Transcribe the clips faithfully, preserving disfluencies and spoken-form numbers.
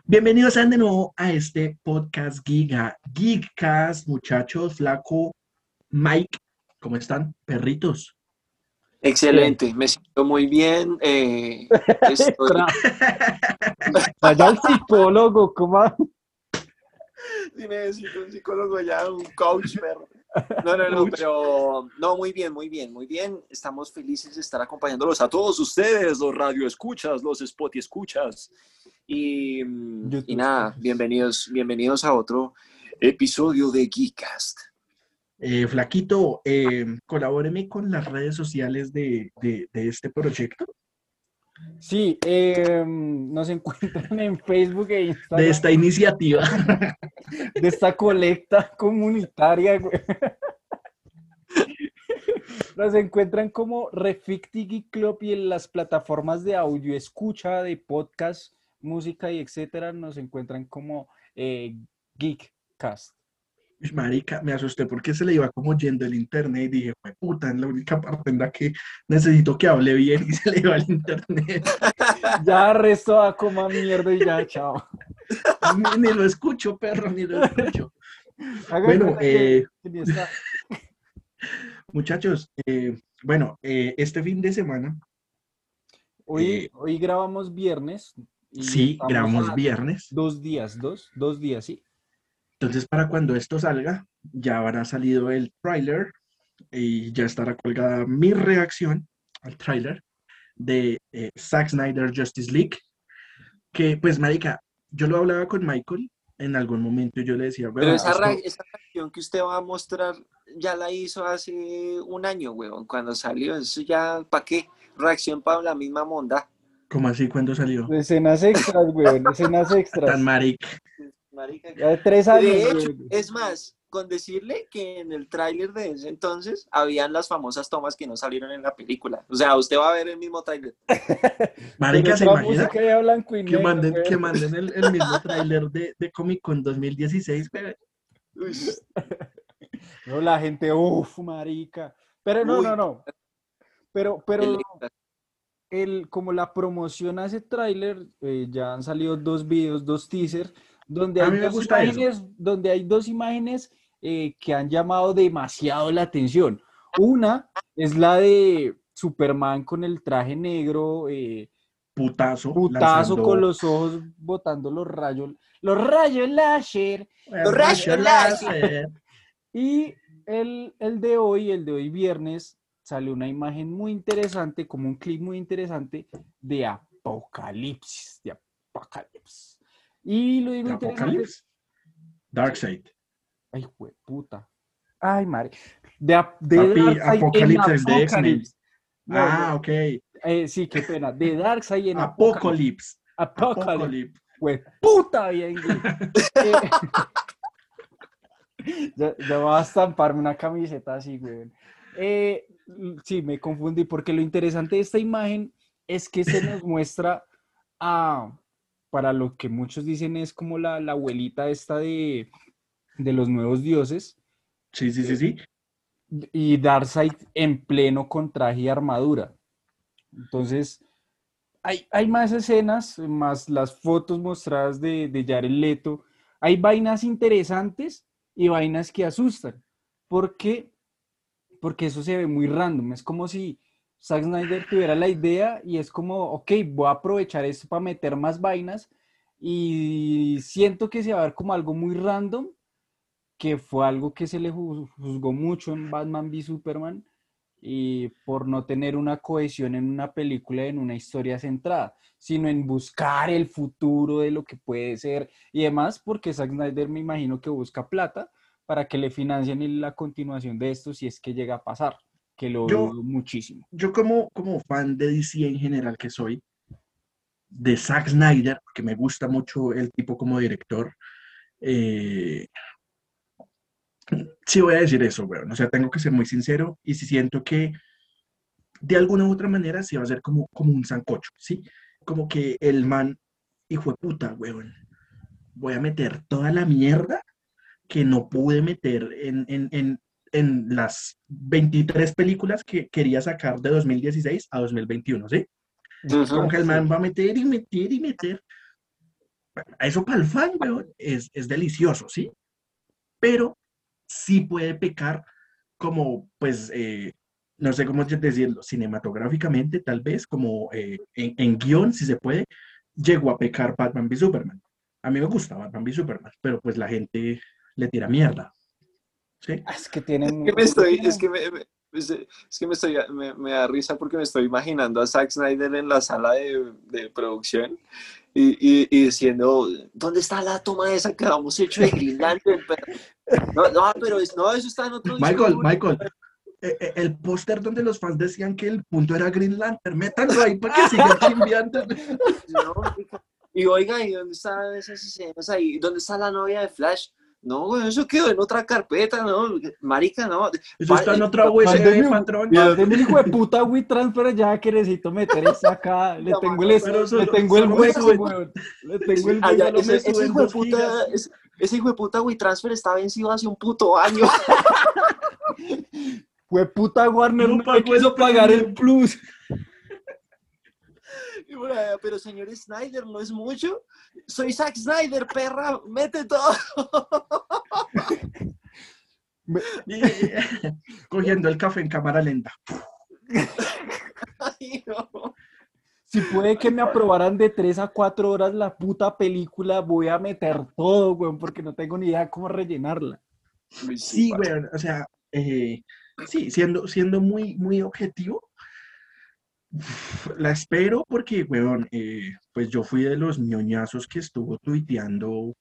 Bienvenidos sean de nuevo a este podcast Giga, Geekcast, muchachos, Flaco, Mike, ¿cómo están? Perritos. Bien. Excelente, me siento muy bien. eh, estoy, Tra- Vaya al psicólogo, ¿cómo? sí necesito un psicólogo ya, un coach, perro. No, no, no, pero no, muy bien, muy bien, muy bien. Estamos felices de estar acompañándolos a todos ustedes, los radio escuchas, los spot escuchas. Y, mm, y YouTube nada, escuchas. bienvenidos, bienvenidos a otro episodio de Geekcast. Eh, Flaquito, eh, colabóreme con las redes sociales de, de- de este proyecto, Sí, eh, nos encuentran en Facebook e de Instagram esta iniciativa. de esta colecta comunitaria, güey. Nos encuentran como Reficti Geek Club y en las plataformas de audio escucha, de podcast, música y etcétera, nos encuentran como eh, Geekcast. Uy, marica, me asusté porque se le iba como yendo el internet y dije, "Jue puta, es la única parte en la que necesito que hable bien", y se le iba el internet. Ya resto a coma mierda y ya, chao. Ni, ni lo escucho, perro, ni lo escucho. Hagan Bueno, cuenta que, eh, que ni está. muchachos, eh, bueno, eh, este fin de semana, Hoy, eh, hoy grabamos viernes y sí, estamos grabamos a viernes. dos días, dos, dos días, sí. Entonces, para cuando esto salga, ya habrá salido el tráiler y ya estará colgada mi reacción al tráiler de eh, Zack Snyder Justice League, que pues, marica, yo lo hablaba con Michael en algún momento y yo le decía, Pero weón, esa, ra- esto, esa reacción que usted va a mostrar ya la hizo hace un año, weón, cuando salió. Eso ya, ¿para qué? Reacción para la misma monda. ¿cómo así? ¿Cuándo salió? Escenas extras, weón, escenas Tan extras. marica. Marica. Ya de tres años, De hecho, weón. es más, con decirle que en el tráiler de ese entonces habían las famosas tomas que no salieron en la película. O sea, usted va a ver el mismo tráiler. Con Marica, ¿se otra imagina? música ya blanco y Que negro, manden, que weón. manden el, el mismo tráiler de, de Comic Con dos mil dieciséis, weón. Uy, No, la gente, uff, marica. Pero no, no, uy, no. Pero, el pero extra. el, como la promoción a ese tráiler, eh, ya han salido dos videos, dos teasers, donde A hay mí me dos gusta eso. imágenes, donde hay dos imágenes eh, que han llamado demasiado la atención. Una es la de Superman con el traje negro, eh, Putazo, putazo con lanzando los ojos botando los rayos, los rayos láser. el Los rayo rayos láser. láser. Y el, el de hoy, el de hoy viernes, sale una imagen muy interesante, como un clip muy interesante de Apocalipsis, de Apocalipsis. Y lo digo ¿De interesante, Apocalypse? Darkseid. ay, puta, ay, madre, de, Ap- de Papi, Darkseid en Apocalypse es de X-Men. Apocalipsis. No, Ah, no, ok. eh, sí, qué pena, de Darkseid en Apocalipsis. Apocalypse. Apocalypse, Apocalypse. pues, puta bien inglés. Eh, Ya, ya voy a estamparme una camiseta así, güey. Eh, sí, me confundí, porque lo interesante de esta imagen es que se nos muestra a, para lo que muchos dicen es como la, la abuelita esta de, de los nuevos dioses, Sí, sí, sí, eh, sí. y Darkseid en pleno con traje y armadura. Entonces, hay, hay más escenas, más las fotos mostradas de, de Jared Leto. Hay vainas interesantes y vainas que asustan. Porque, porque eso se ve muy random. Es como si Zack Snyder tuviera la idea y es como, ok, voy a aprovechar esto para meter más vainas. Y siento que se va a ver como algo muy random, que fue algo que se le ju- juzgó mucho en Batman v Superman, y por no tener una cohesión en una película, en una historia centrada, sino en buscar el futuro de lo que puede ser y demás, porque Zack Snyder me imagino que busca plata para que le financien la continuación de esto si es que llega a pasar, que lo Yo, dudo muchísimo. yo como, como fan de D C en general que soy, de Zack Snyder, porque me gusta mucho el tipo como director, eh, sí voy a decir eso, weón. O sea, tengo que ser muy sincero y sí siento que de alguna u otra manera sí va a ser como, como un sancocho, ¿sí? Como que el man, hijo de puta, weón, voy a meter toda la mierda que no pude meter en, en, en, en las veintitrés películas que quería sacar de dos mil dieciséis a dos mil veintiuno, ¿sí? Como Ujú. que el Sí. man va a meter y meter y meter. Eso para el fan, weón, es, es delicioso, ¿sí? Pero sí puede pecar como, pues, eh, no sé cómo decirlo, cinematográficamente, tal vez, como eh, en, en guión, si se puede, llegó a pecar Batman v Superman. A mí me gusta Batman v Superman, pero pues la gente le tira mierda, ¿sí? Ah, es que tiene Es que mu- me tiene estoy, es como- que me, me- es, es que me estoy, me, me da risa porque me estoy imaginando a Zack Snyder en la sala de, de producción y, y, y diciendo, ¿dónde está la toma esa que habíamos hecho de Green Lantern? Pero- no, no, pero es, no, eso está en otro disco Michael, duro. Michael, eh, eh, el póster donde los fans decían que el punto era Green Lantern, métanlo ahí para que sigan chimbeando. No, marica. Y oiga, ¿y dónde están esas escenas ahí? ¿Dónde está la novia de Flash? No, güey, eso quedó en otra carpeta, ¿no? Marica, no. Eso Pa- está en eh, otra Mándeme U S B, un, patrón. ¿Y dónde- mándeme un hijo de puta WeTransfer ya que necesito meter esa acá. Le tengo el, llamando es- Pero le solo, tengo el solo me hueco, suben, weón. Le tengo ese, el allá, hueco. solo ese, me ese suben hijo de dos puta, gigas. ese, ese hijo de puta WeTransfer está vencido hace un puto año. Fue puta Warner, No no me pagó el quiso pagar el premium. plus. Y por allá, pero señor Snyder, ¿no es mucho? Soy Zack Snyder, perra, mete todo. Me- Y, cogiendo el café en cámara lenta. Ay, no. Si puede que Ay, me pa- aprobaran de tres a cuatro horas la puta película, voy a meter todo, weón, porque no tengo ni idea cómo rellenarla. Uy, sí, Sí, parce. güey, o sea, eh, sí, siendo, siendo muy, muy objetivo, la espero porque, weón, eh, pues yo fui de los ñoñazos que estuvo tuiteando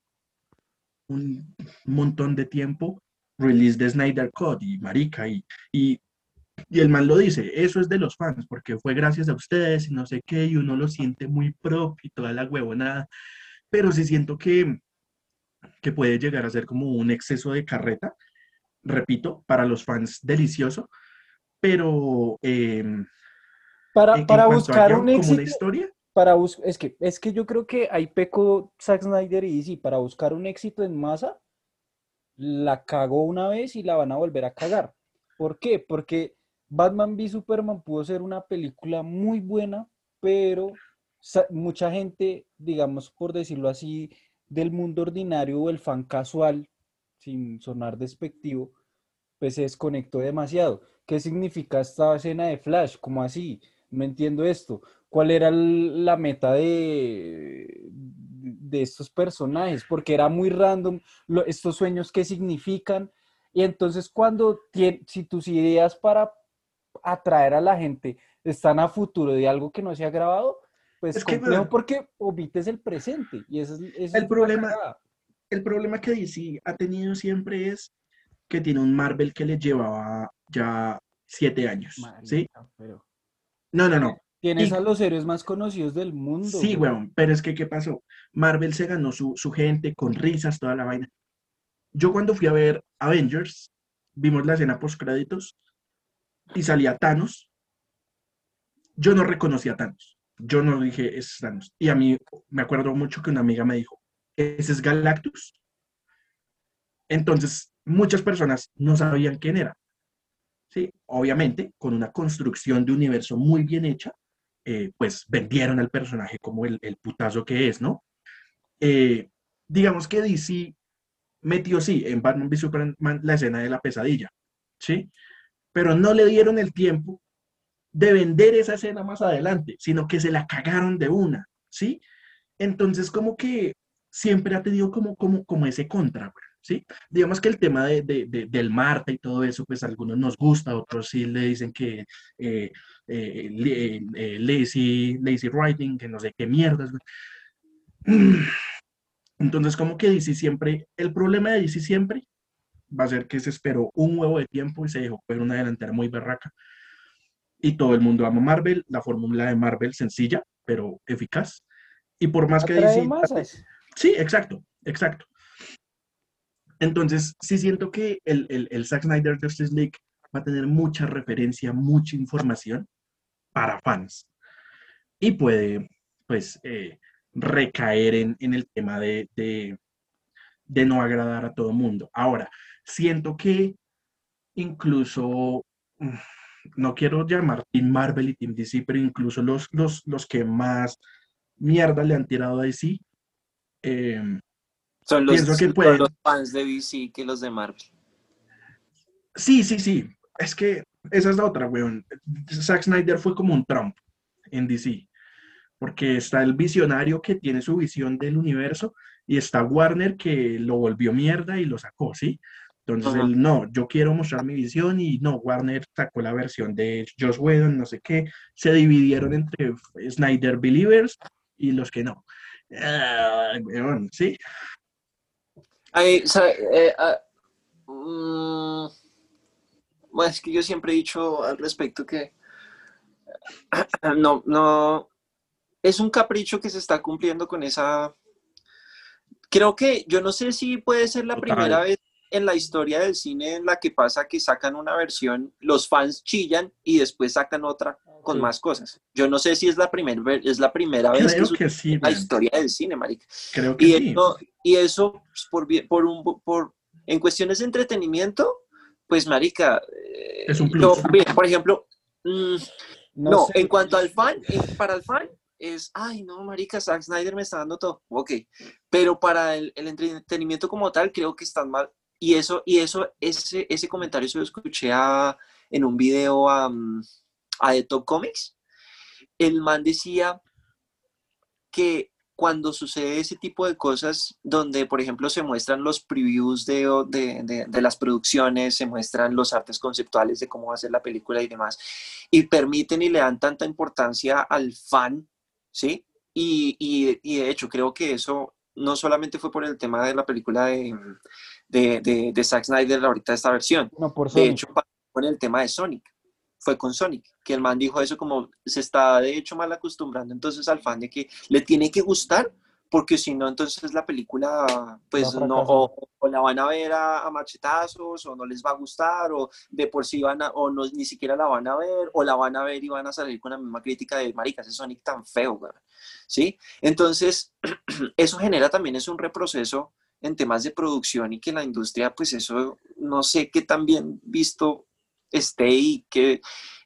un montón de tiempo release de Snyder Cut y marica, y, y, y el man lo dice, eso es de los fans, porque fue gracias a ustedes y no sé qué, y uno lo siente muy propio y toda la huevonada, pero sí siento que, que puede llegar a ser como un exceso de carreta, repito, para los fans delicioso, pero eh, en, Para, en para cuanto a buscar guión, un como una éxito, historia, para bus- es que, es que yo creo que ahí pecó Zack Snyder y D C, para buscar un éxito en masa, la cagó una vez y la van a volver a cagar. ¿Por qué? Porque Batman v Superman pudo ser una película muy buena, pero sa- mucha gente, digamos por decirlo así, del mundo ordinario o el fan casual, sin sonar despectivo, pues se desconectó demasiado. ¿Qué significa esta escena de Flash? ¿Cómo así? No entiendo esto. ¿Cuál era el- la meta de, de estos personajes? Porque era muy random lo- estos sueños, ¿qué significan? Y entonces cuando tien- si tus ideas para atraer a la gente están a futuro de algo que no se ha grabado, pues es que, complejo weón, porque omites el presente y eso es, eso el es la problema, cagada. el problema que D C ha tenido siempre es que tiene un Marvel que le llevaba ya siete años, ¿sí? Marica, pero No, no, no. tienes Y a los héroes más conocidos del mundo, sí, güey. weón, pero es que, ¿qué pasó? Marvel se ganó su, su gente con risas, toda la vaina. Yo cuando fui a ver Avengers, vimos la escena post créditos y salía Thanos. Yo no reconocí a Thanos. Yo no dije, es Thanos. Y a mí me acuerdo mucho que una amiga me dijo, ese es Galactus. Entonces, muchas personas no sabían quién era. Sí, obviamente, con una construcción de universo muy bien hecha, eh, pues vendieron al personaje como el, el putazo que es, ¿no? Eh, digamos que D C metió, sí, en Batman v Superman la escena de la pesadilla, ¿sí? Pero no le dieron el tiempo de vender esa escena más adelante, sino que se la cagaron de una, ¿sí? Entonces, como que siempre ha tenido como, como, como ese contra, güey, ¿sí? Digamos que el tema de, de, de, del Marte y todo eso, pues a algunos nos gusta, otros sí le dicen que eh, eh, eh, eh, lazy, lazy writing, que no sé qué mierdas, güey. Entonces, como que D C siempre, el problema de D C siempre va a ser que se esperó un huevo de tiempo y se dejó ver una delantera muy berraca. Y todo el mundo ama Marvel, la fórmula de Marvel sencilla, pero eficaz. Y por más que Atrae D C... masas. Sí, exacto, exacto. Entonces, sí siento que el, el, el Zack Snyder Justice League va a tener mucha referencia, mucha información para fans. Y puede, pues, eh, recaer en, en, el tema de, de, de no agradar a todo mundo. Ahora, siento que incluso, mm, no quiero llamar Team Marvel y Team D C, pero incluso los, los, los que más mierda le han tirado a D C Eh, Son los, pienso que son los pueden, fans de D C que los de Marvel. sí, sí, sí, es que esa es la otra, weón. Zack Snyder fue como un Trump en D C, porque está el visionario que tiene su visión del universo y está Warner que lo volvió mierda y lo sacó, ¿sí? Entonces Ajá. él, no, yo quiero mostrar mi visión y no, Warner sacó la versión de Joss Whedon, no sé qué, se dividieron entre Snyder Believers y los que no. Ah, weón, sí, Ay, sa- eh, ah, mm, bueno, es que yo siempre he dicho al respecto que no, no, es un capricho que se está cumpliendo con esa. Creo que yo no sé si puede ser la primera total. vez en la historia del cine en la que pasa que sacan una versión, los fans chillan y después sacan otra con Sí. más cosas. Yo no sé si es la, primer, es la primera vez que Creo sucede que sí, en la weón. historia del cine, marica. Creo que Y sí. eso, y eso pues, por, por, un, por, en cuestiones de entretenimiento, pues, marica, Es un eh, yo, plus. por ejemplo, mmm, No no, sé. en cuanto al fan, en, para el fan es, ay, no, marica, Zack Snyder me está dando todo, ok, pero para el, el entretenimiento como tal creo que están mal, y eso, y eso, ese, ese comentario se lo escuché a, en un video a, a The Top Comics, el man decía que cuando sucede ese tipo de cosas, donde por ejemplo se muestran los previews de, de, de, de las producciones, se muestran los artes conceptuales de cómo va a ser la película y demás, y permiten y le dan tanta importancia al fan, ¿sí? Y, y, y de hecho creo que eso no solamente fue por el tema de la película de, de, de, de Zack Snyder, ahorita esta versión, No, por de Sonic. hecho con el tema de Sonic, fue con Sonic, que el man dijo eso como se está de hecho mal acostumbrando entonces al fan de que le tiene que gustar, porque si no entonces la película Va a pues no, fracasar. o, o la van a ver a, a, machetazos, o no les va a gustar, o de por sí van a, o no, ni siquiera la van a ver, o la van a ver y van a salir con la misma crítica de marica, ese Sonic tan feo, güey. ¿Sí? Entonces, eso genera también es un reproceso en temas de producción y que la industria, pues eso, no sé qué tan bien visto esté y que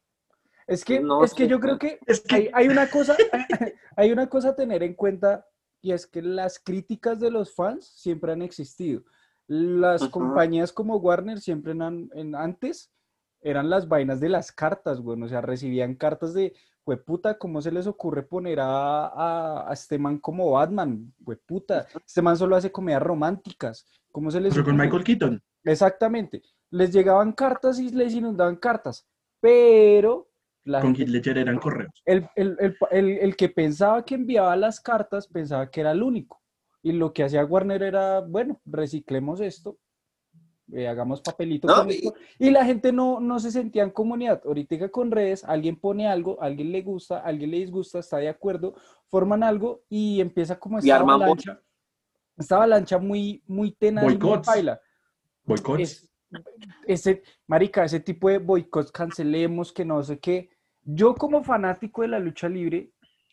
Es que, no es que sé. yo creo que Es hay, que, hay una cosa, hay una cosa a tener en cuenta y es que las críticas de los fans siempre han existido. Las Uh-huh. compañías como Warner siempre han, en, antes eran las vainas de las cartas, güey. O sea, recibían cartas de, puta, ¿cómo se les ocurre poner a, a, a este man como Batman? Puta, este man solo hace comedias románticas. ¿Cómo se les pasó con ocurre? Michael Keaton, Exactamente. Les llegaban cartas y les inundaban cartas, pero la con gente, Heath Ledger eran correos. el, el, el, el, el que pensaba que enviaba las cartas pensaba que era el único. Y lo que hacía Warner era, bueno, reciclemos esto, eh, hagamos papelito ¿No? con Y, esto. Y la gente no, no se sentía en comunidad. Ahorita con redes, alguien pone algo, a alguien le gusta, a alguien le disgusta, está de acuerdo, forman algo y empieza como y esta arman bo- avalancha, esta avalancha muy, muy tenaz y muy Boicots, paila. boicots. Es, ese, marica, ese tipo de boicots, cancelemos, que no sé qué. Yo como fanático de la lucha libre,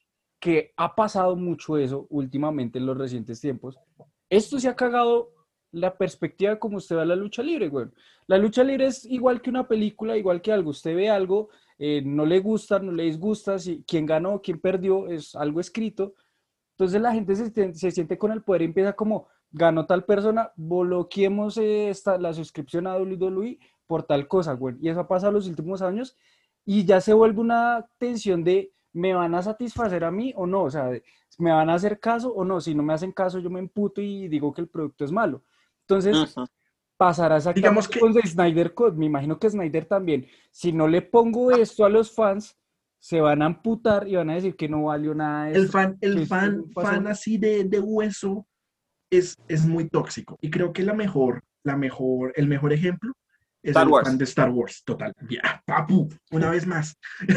que ha pasado mucho eso últimamente en los recientes tiempos, esto se ha cagado la perspectiva de cómo usted ve la lucha libre, güey. La lucha libre es igual que una película, igual que algo. Usted ve algo, eh, no le gusta, no le disgusta, si, quién ganó, quién perdió, es algo escrito. Entonces la gente se, se siente con el poder y empieza como, ganó tal persona, bloqueemos eh, esta, la suscripción a W W E por tal cosa, güey. Y eso ha pasado los últimos años y ya se vuelve una tensión de, ¿me van a satisfacer a mí o no? O sea, de, ¿me van a hacer caso o no? Si no me hacen caso, yo me emputo y digo que el producto es malo. Entonces, uh-huh. pasará Digamos exactamente que con Snyder Code. Me imagino que Snyder también. Si no le pongo esto a los fans, se van a amputar y van a decir que no valió nada de el esto, fan, el que esto fan, pasó. fan así de, de hueso es, es muy tóxico. Y creo que la mejor, la mejor, el mejor ejemplo es Star el fan Wars. de Star Wars, total. Ya, papu, una vez más.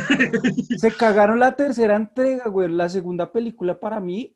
Se cagaron la tercera entrega, güey. La segunda película para mí,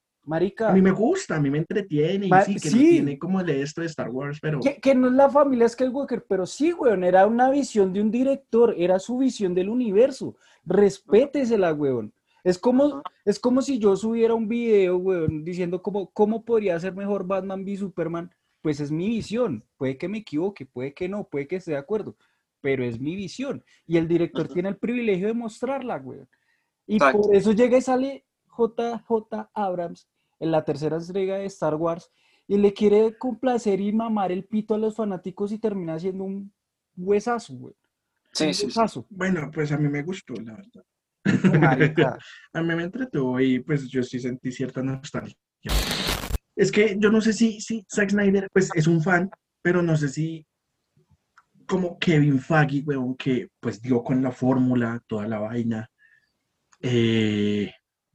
A mí marica. me gusta, a mí me entretiene y ma- sí, que no tiene sí, como el de esto de Star Wars, pero que, que no es la familia Skywalker, pero sí, weón, era una visión de un director, era su visión del universo. Respétesela, weón. Es como, Uh-huh. es como si yo subiera un video, weón, diciendo cómo, cómo podría ser mejor Batman v Superman. Pues es mi visión. Puede que me equivoque, puede que no, puede que esté de acuerdo, pero es mi visión. Y el director Uh-huh. tiene el privilegio de mostrarla, weón. Y Exacto. por eso llega y sale J J. Abrams en la tercera entrega de Star Wars y le quiere complacer y mamar el pito a los fanáticos y termina siendo un huesazo, güey. Sí, Un sí, sí. huesazo. Bueno, pues a mí me gustó, la verdad. No, marica. A mí me entretuvo y pues yo sí sentí cierta nostalgia. Es que yo no sé si, si Zack Snyder pues es un fan, pero no sé si como Kevin Feige, weón, que pues dio con la fórmula, toda la vaina. eh,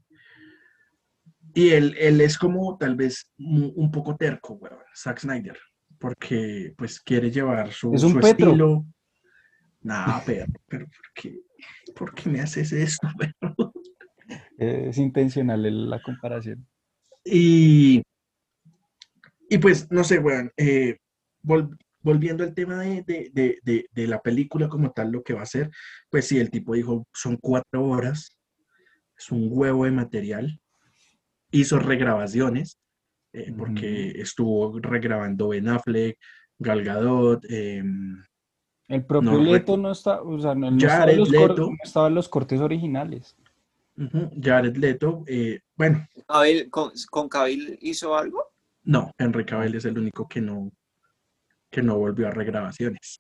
y él, él es como tal vez un, un poco terco, weón, Zack Snyder, porque pues quiere llevar Es su, un su Petro. estilo. Nah, pero, pero ¿por qué, ¿por qué me haces esto, weón? Eh, es intencional el- la comparación. Y, y pues, no sé, weón, eh, vol- volviendo al tema de, de, de, de, de la película como tal, lo que va a ser, pues sí, el tipo dijo, son cuatro horas, es un huevo de material, hizo regrabaciones, eh, porque Ujú. estuvo regrabando Ben Affleck, Gal Gadot, eh, El propio no Leto recu- no está, o sea, no, no estaba en Jared los cor- Leto, no estaba en los cortes originales. ujú, Jared Leto, eh, bueno, Cavill, ¿con, con Cavill hizo algo? no, Henry Cavill No. es el único que no, que no volvió a regrabaciones.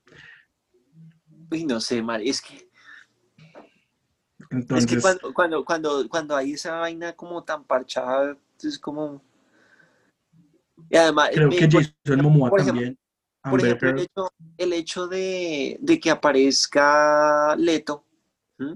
Uy, no sé, Mari, es que, es que Entonces, cuando, cuando, cuando, cuando hay esa vaina como tan parchada, es como... Y además, creo me, que por, Jason Momoa por ejemplo, también, por Amber ejemplo, el Heard, hecho, el hecho de, de que aparezca Leto, ¿m?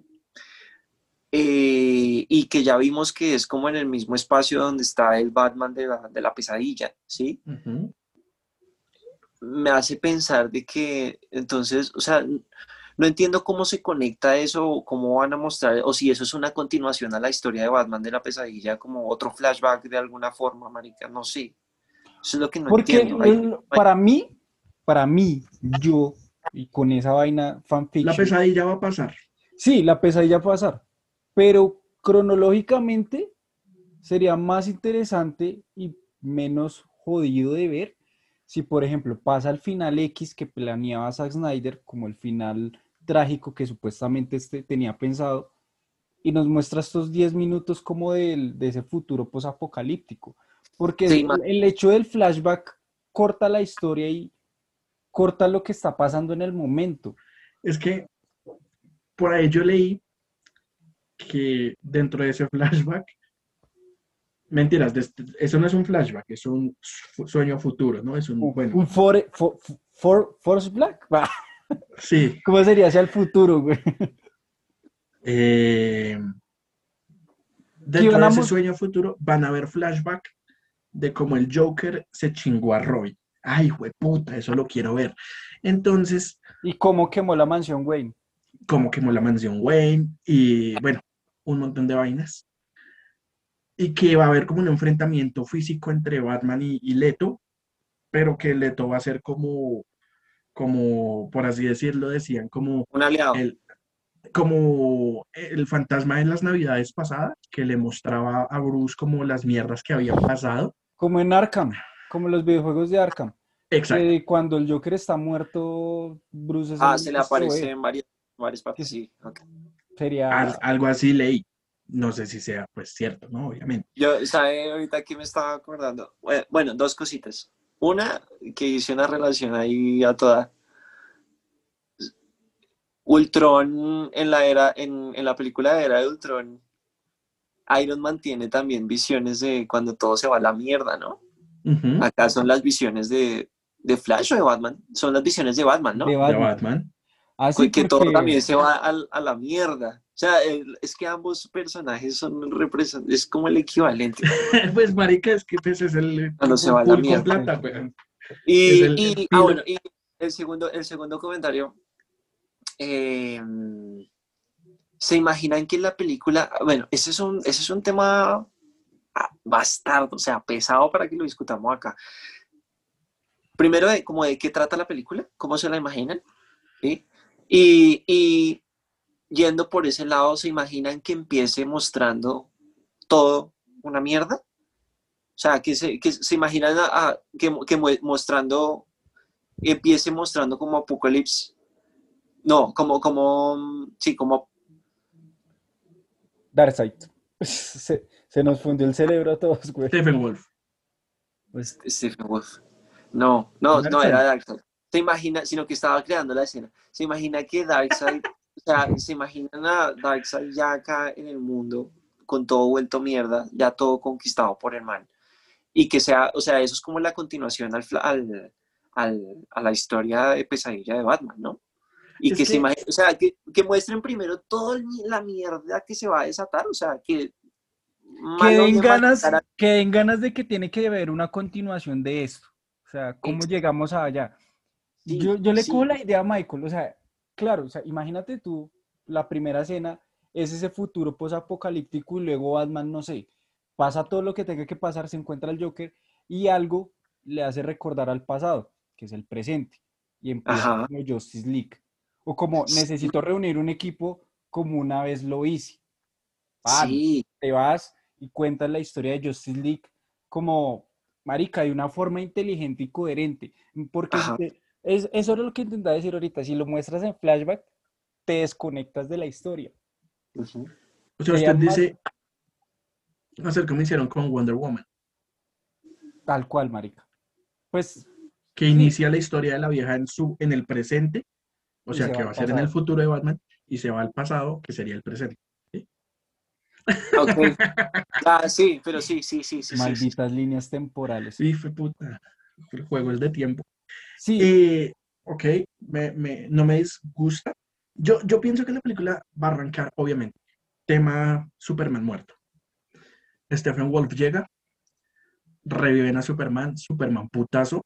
Eh, y que ya vimos que es como en el mismo espacio donde está el Batman de la, de la pesadilla, ¿sí? ujú. Me hace pensar de que entonces, o sea, no entiendo cómo se conecta eso, cómo van a mostrar, o si eso es una continuación a la historia de Batman de la pesadilla, como otro flashback de alguna forma, marica, no sé. Eso es lo que no Porque entiendo. Hay, l- hay- para mí, para mí, yo, y con esa vaina La fanfiction, pesadilla va a pasar. sí, la pesadilla va a pasar, pero cronológicamente sería más interesante y menos jodido de ver si, por ejemplo, pasa el final X que planeaba Zack Snyder, como el final trágico que supuestamente este tenía pensado, y nos muestra estos diez minutos como del- de ese futuro posapocalíptico. Porque es- sí, el, el hecho del flashback corta la historia y corta lo que está pasando en el momento. Es que por ahí yo leí que dentro de ese flashback, mentiras, de este- eso no es un flashback, es un su- sueño futuro, ¿no? Es un, Un, bueno, un for, for, for- Force Black. sí. ¿Cómo sería hacia el futuro, güey? eh, Que dentro iban de a ese mos- sueño futuro van a haber flashback de cómo el Joker se chingó a Robin. Ay, puta, eso lo quiero ver. Entonces, y cómo quemó la mansión Wayne. como quemó la mansión Wayne y bueno, un montón de vainas. Y que va a haber como un enfrentamiento físico entre Batman y, y Leto, pero que Leto va a ser como, como, por así decirlo, decían, como un aliado. el, como el fantasma de las navidades pasadas, que le mostraba a Bruce como las mierdas que habían pasado. Como en Arkham, como los videojuegos de Arkham. Exacto. Que cuando el Joker está muerto, Bruce es el Ah, se le único que aparece ve. en varias, varias Que partes, sí. Ok. sería. Al- algo así leí. No sé si sea pues cierto, ¿no? Obviamente. Yo, ¿sabe ahorita que me estaba acordando? Bueno, bueno, dos cositas. Una, que hice una relación ahí a toda. Ultron en la era, en, en la película de Era de Ultron, Iron Man tiene también visiones de cuando todo se va a la mierda, ¿no? Ujú. Acá son las visiones de, de Flash o de Batman. Son las visiones de Batman, De ¿no? De Batman. Batman. Ah, sí, Que, que todo porque. también se va al- a, la mierda. O sea, el- es que ambos personajes son represent- es como el equivalente Pues marica, es que pues, es el cuando se va a la pool con mierda. Sí. plata, weón. Es Y, el, el y ah, bueno, pilo. y el segundo, el segundo comentario. eh, ¿Se imaginan que en la película, bueno, ese es un, ese es un tema ah, bastardo, o sea, pesado para que lo discutamos acá? Primero, de, como de qué trata la película, cómo se la imaginan, ¿sí? Y, y yendo por ese lado, ¿se imaginan que empiece mostrando todo una mierda? O sea, que se, que se imaginan a, a- que, que mostrando, empiece mostrando como Apocalipsis, no, como, como, sí, como, Darkseid. Se, Se nos fundió el cerebro a todos, güey. Stephen Wolf. Pues, Stephen Wolf. No, no, no Darkseid. era Darkseid. Se imagina, sino que estaba creando la escena. Se imagina que Darkseid, o sea, se imaginan a Darkseid ya acá en el mundo, con todo vuelto mierda, ya todo conquistado por el man. Y que sea, o sea, eso es como la continuación al, al, al, a la historia de pesadilla de Batman, ¿no? Y Es que se que imaginen, o sea, que, que muestren primero toda la mierda que se va a desatar, o sea, que que malo den bien mal ganas, cara. que den ganas de que tiene que haber una continuación de esto. O sea, ¿cómo llegamos allá? Yo, Sí, yo le cojo sí, la idea a Michael, o sea, claro, o sea, imagínate tú, la primera escena es ese futuro posapocalíptico y luego Batman, no sé, pasa todo lo que tenga que pasar, se encuentra el Joker y algo le hace recordar al pasado, que es el presente, y empieza ajá, como Justice League, o como sí, necesito reunir un equipo como una vez lo hice. Pan, sí, te vas y cuentas la historia de Justice League como, marica, de una forma inteligente y coherente, porque si ajá, te, es, eso era lo que intentaba decir ahorita, si lo muestras en flashback, te desconectas de la historia. ujú. o sea, Sería usted más dice hacer como hicieron con Wonder Woman, tal cual, marica. Pues que sí, inicia la historia de la vieja en su, en el presente, o y sea, se va que al va a ser en el pasado. futuro de Batman, y se va al pasado, que sería el presente. ¿Sí? Ok, ah, sí, pero sí, sí, sí, sí, sí, sí. Malditas líneas temporales. Y fue puta, el juego es de tiempo. Sí, Eh, ok, me, me- no me disgusta. Yo, yo pienso que la película va a arrancar, obviamente, tema Superman muerto. Stephen Wolf llega, reviven a Superman, Superman putazo,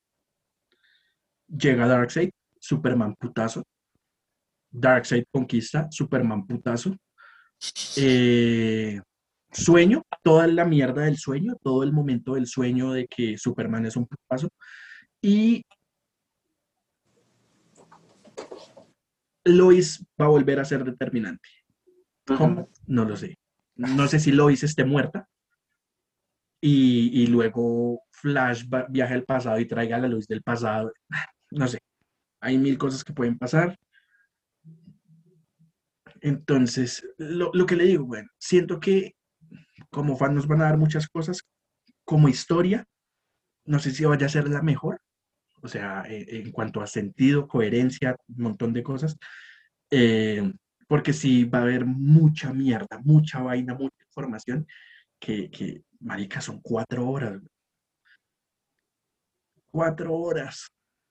llega Darkseid, Superman putazo, Darkseid conquista, Superman putazo, eh, sueño, toda la mierda del sueño, todo el momento del sueño de que Superman es un putazo, y Lois va a volver a ser determinante. Ujú. ¿Cómo? No lo sé. No sé si Lois esté muerta y, y luego Flash va- viaja al pasado y traiga a la Lois del pasado. No sé. Hay mil cosas que pueden pasar. Entonces, lo, lo que le digo, bueno, siento que como fan nos van a dar muchas cosas. Como historia, no sé si vaya a ser la mejor. O sea, eh, en cuanto a sentido, coherencia, un montón de cosas. Eh, porque sí va a haber mucha mierda, mucha vaina, mucha información que, que marica, son cuatro horas. Cuatro horas.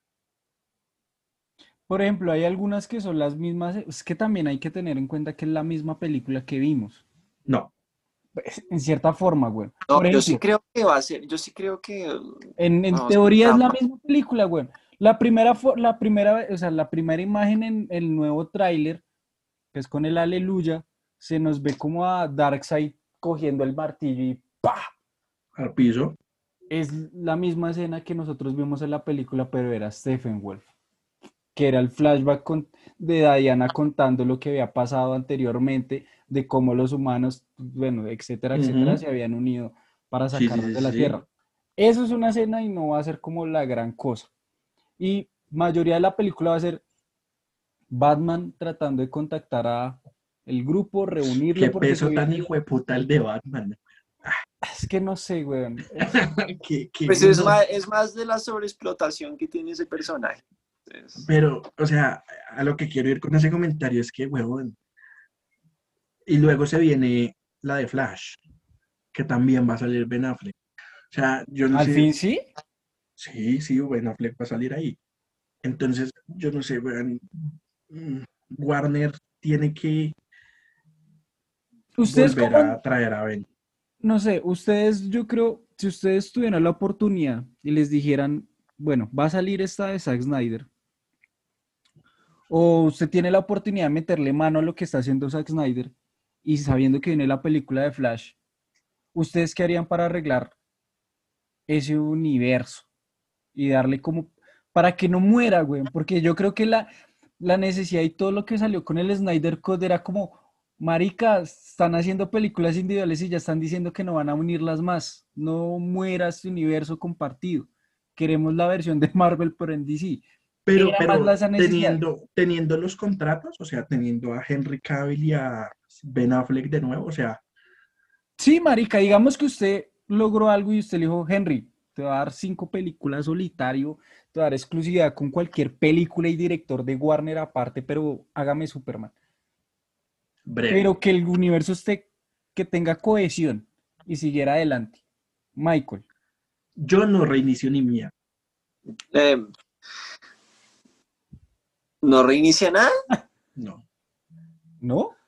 por ejemplo, hay algunas que son las mismas, es que también hay que tener en cuenta que es la misma película que vimos, No. pues, en cierta forma, güey. No, Por yo sí ejemplo, creo que va a ser, yo sí creo que En, en vamos teoría es a la más. misma película, güey. La primera, fo- la primera, o sea, la primera imagen en el nuevo tráiler, que es con el Aleluya, se nos ve como a Darkseid cogiendo el martillo y ¡pa! Al piso. Es la misma escena que nosotros vimos en la película, pero era Stephen Wolf, que era el flashback con- de Diana contando lo que había pasado anteriormente, de cómo los humanos, bueno, etcétera, etcétera, Ujú. se habían unido para Sí, sí, sacarnos sí, de sí, la sí. Tierra. Eso es una escena y no va a ser como la gran cosa. Y mayoría de la película va a ser Batman tratando de contactar a el grupo, reunirlo Qué porque se peso tan viene. hijo de puta el de Batman. Es que no sé, weón. Es- que, que Pues es no. más, es más de la sobreexplotación que tiene ese personaje. Entonces, Pero, o sea, a lo que quiero ir con ese comentario es que, huevón. Y luego se viene la de Flash, que también va a salir Ben Affleck. O sea, yo no Al sé. fin sí. Sí, sí, Ben Affleck va a salir ahí. Entonces, yo no sé, weón. mm, Warner tiene que Ustedes volver como, a traer a Ben. no sé, ustedes, yo creo, si ustedes tuvieran la oportunidad y les dijeran, bueno, va a salir esta de Zack Snyder, o usted tiene la oportunidad de meterle mano a lo que está haciendo Zack Snyder y sabiendo que viene la película de Flash, ¿ustedes qué harían para arreglar ese universo y darle como para que no muera, güey? Porque yo creo que la, la necesidad y todo lo que salió con el Snyder Code era como, marica, están haciendo películas individuales y ya están diciendo que no van a unirlas más. No muera este universo compartido. Queremos la versión de Marvel, pero en D C. Pero, Era más la, pero esa necesidad. teniendo, teniendo los contratos, o sea, teniendo a Henry Cavill y a Ben Affleck de nuevo, o sea, Sí, marica, digamos que usted logró algo y usted le dijo, Henry, te va a dar cinco películas solitario, te va a dar exclusividad con cualquier película y director de Warner aparte, pero hágame Superman. Breve. Pero que el universo esté, que tenga cohesión y siguiera adelante. Michael, Yo no reinicio ni mía. Eh, ¿No reinicia nada? No. ¿no?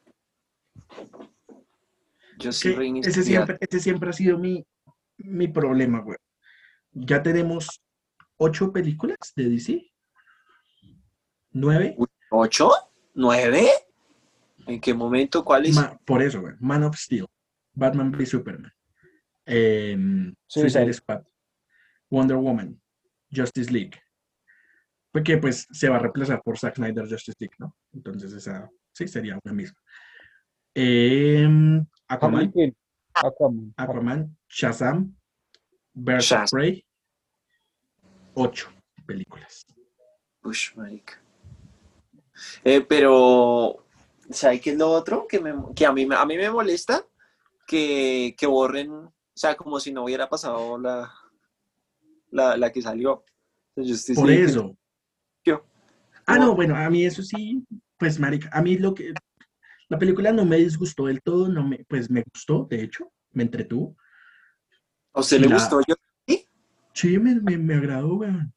Yo Es sí que ese reiniciaría. siempre, ese siempre ha sido mi, mi problema, güey. Ya tenemos ocho películas de D C. Nueve. Uy, ¿ocho? ¿Nueve? ¿En qué momento? ¿Cuáles? Ma- por eso, güey. Man of Steel. Batman v Superman. em, Suicide Suicide. Squad. Wonder Woman. Justice League. Porque pues se va a reemplazar por Zack Snyder Justice League, ¿no? Entonces esa sí sería una misma. Em, Harley Aquaman. Quinn, Aquaman, Harley. Aquaman. Shazam. Birds of Shaz. Prey. Ocho películas. Ush, marica. Eh, pero, ¿sabe qué es lo otro? Que, me, que a, mí, me- a mí me molesta que, que borren, o sea, como si no hubiera pasado la, la, la que salió. Justice Por League. que eso. salió. Ah, no, Como, bueno, a mí eso sí, pues, marica, a mí lo que, la película no me disgustó del todo, no me, pues me gustó, de hecho, me entretuvo. ¿a usted Y le la, gustó? Yo sí. sí, me, me, me agradó, weón.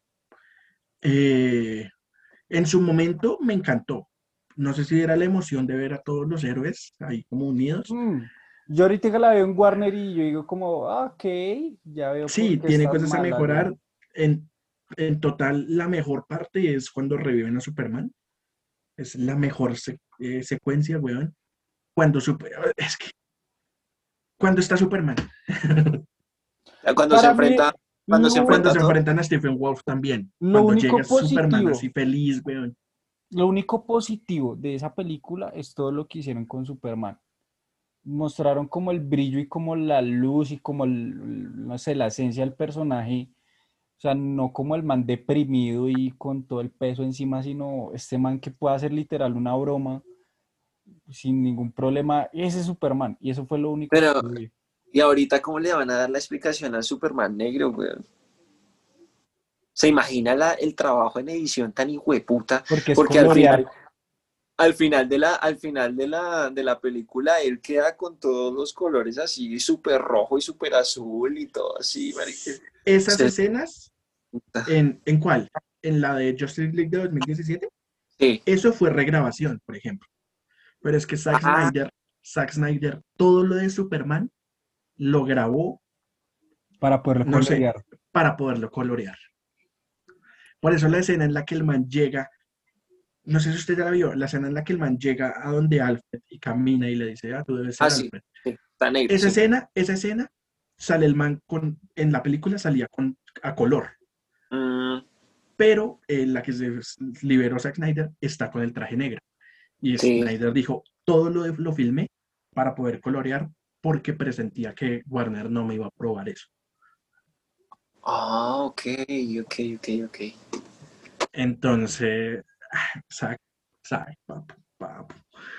Eh, en su momento me encantó. No sé si era la emoción de ver a todos los héroes ahí como unidos. Mm, Yo ahorita que la veo en Warner y yo digo como, ah, ok, ya veo por Sí, qué tiene estás cosas a mala, mejorar. weón. En, en total, la mejor parte es cuando reviven a Superman. Es la mejor se- eh, secuencia, weón. Cuando super, es que cuando está Superman. Cuando se Para mí, enfrenta, cuando se lo, Cuando enfrenta a se todo. enfrentan a Stephen Wolf también. lo Cuando llega único Superman positivo, así feliz, weón. lo único positivo de esa película es todo lo que hicieron con Superman. Mostraron como el brillo y como la luz y como el, no sé, la esencia del personaje. O sea, no como el man deprimido y con todo el peso encima, sino este man que puede hacer literal una broma sin ningún problema. Ese es Superman. Y eso fue lo único que Pero, yo vi. ¿y ahorita cómo le van a dar la explicación al Superman negro, weón? ¿Se imagina la, el trabajo en edición tan hijueputa? Porque es Porque al colorear. final, al final de la, al final de la, de la película, él queda con todos los colores así, súper rojo y súper azul y todo así, marica. Esas Se- escenas, ¿en, ¿en cuál? En la de Justice League de dos mil diecisiete. Sí. Eso fue regrabación, por ejemplo. Pero es que Zack Ah, Snyder, Zack Snyder, todo lo de Superman lo grabó, Para poderlo no sé, colorear. para poderlo colorear. Por eso la escena en la que el man llega, no sé si usted ya la vio, la escena en la que el man llega a donde Alfred y camina y le dice, ah, tú debes ah, ser sí, Alfred. sí, está negro, Esa sí. escena, esa escena, sale el man con, en la película salía con, a color, Mm, pero en la que se liberó Zack Snyder está con el traje negro. Y sí. Snyder dijo, todo lo, lo filmé para poder colorear porque presentía que Warner no me iba a probar eso. Ah, ok, ok, ok, ok. Entonces, Zack, Zack, papu, papu.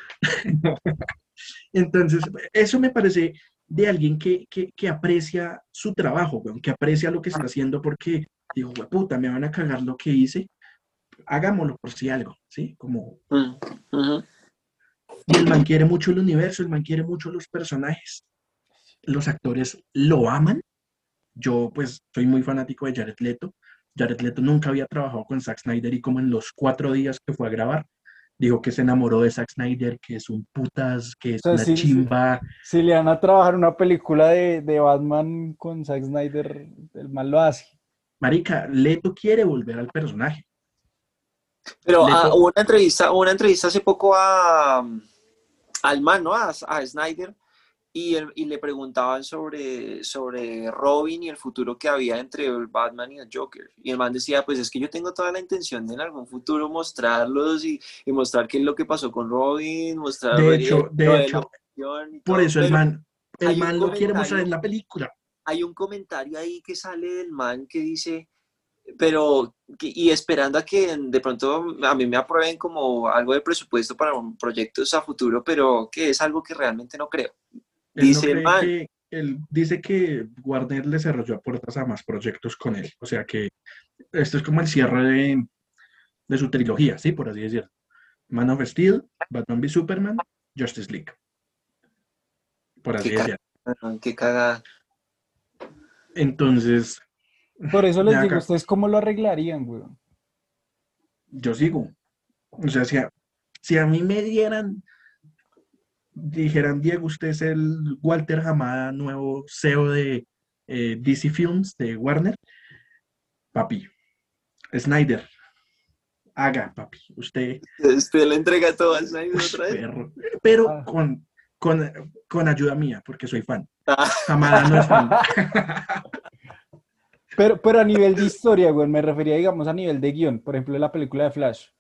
Entonces, eso me parece de alguien que, que, que aprecia su trabajo, weón, que aprecia lo que está haciendo porque digo, puta, me van a cagar lo que hice, hagámoslo por si algo, ¿sí? Como, Mm, ujú. y el man quiere mucho el universo, el man quiere mucho los personajes, los actores lo aman. Yo, pues, soy muy fanático de Jared Leto. Jared Leto nunca había trabajado con Zack Snyder y como en los cuatro días que fue a grabar, dijo que se enamoró de Zack Snyder, que es un putas, que O es sea, una si, si, chimba. si le van a trabajar una película de, de Batman con Zack Snyder, el man lo hace. Marica, Leto quiere volver al personaje. Pero ah, Leto, hubo una entrevista, hubo una entrevista hace poco a, al man, ¿no? A, a Snyder, y, él- y le preguntaban sobre, sobre Robin y el futuro que había entre el Batman y el Joker. Y el man decía, pues es que yo tengo toda la intención de en algún futuro mostrarlos y, y mostrar qué es lo que pasó con Robin, mostrar de eh, hecho, lo de de la hecho, fusión y por todo. eso el Pero man, el hay un man lo quiere mostrar en comentario, la película. hay un comentario ahí que sale del man que dice, pero, que- y esperando a que de pronto a mí me aprueben como algo de presupuesto para un proyecto a futuro, pero que es algo que realmente no creo. Él no Dice el cree man. que, él dice que Warner le cerró ya puertas a más proyectos con él. O sea que esto es como el cierre de, de su trilogía, ¿sí? Por así decirlo. Man of Steel, Batman v Superman, Justice League. Por así Qué decirlo. cagada, qué cagada. Entonces, Por eso de les digo, acá, ¿ustedes cómo lo arreglarían, güey? yo sigo. O sea, si a, si a mí me dieran, dijeran, Diego, usted es el Walter Hamada, nuevo C E O de eh, D C Films, de Warner, papi, Snyder, haga, papi, usted, Usted le entrega todo a Snyder ush, otra vez. perro, pero Ah. con, con, con ayuda mía, porque soy fan. Ah, Hamada no es fan. Pero, pero a nivel de historia, güey, me refería, digamos, a nivel de guión, por ejemplo, la película de Flash,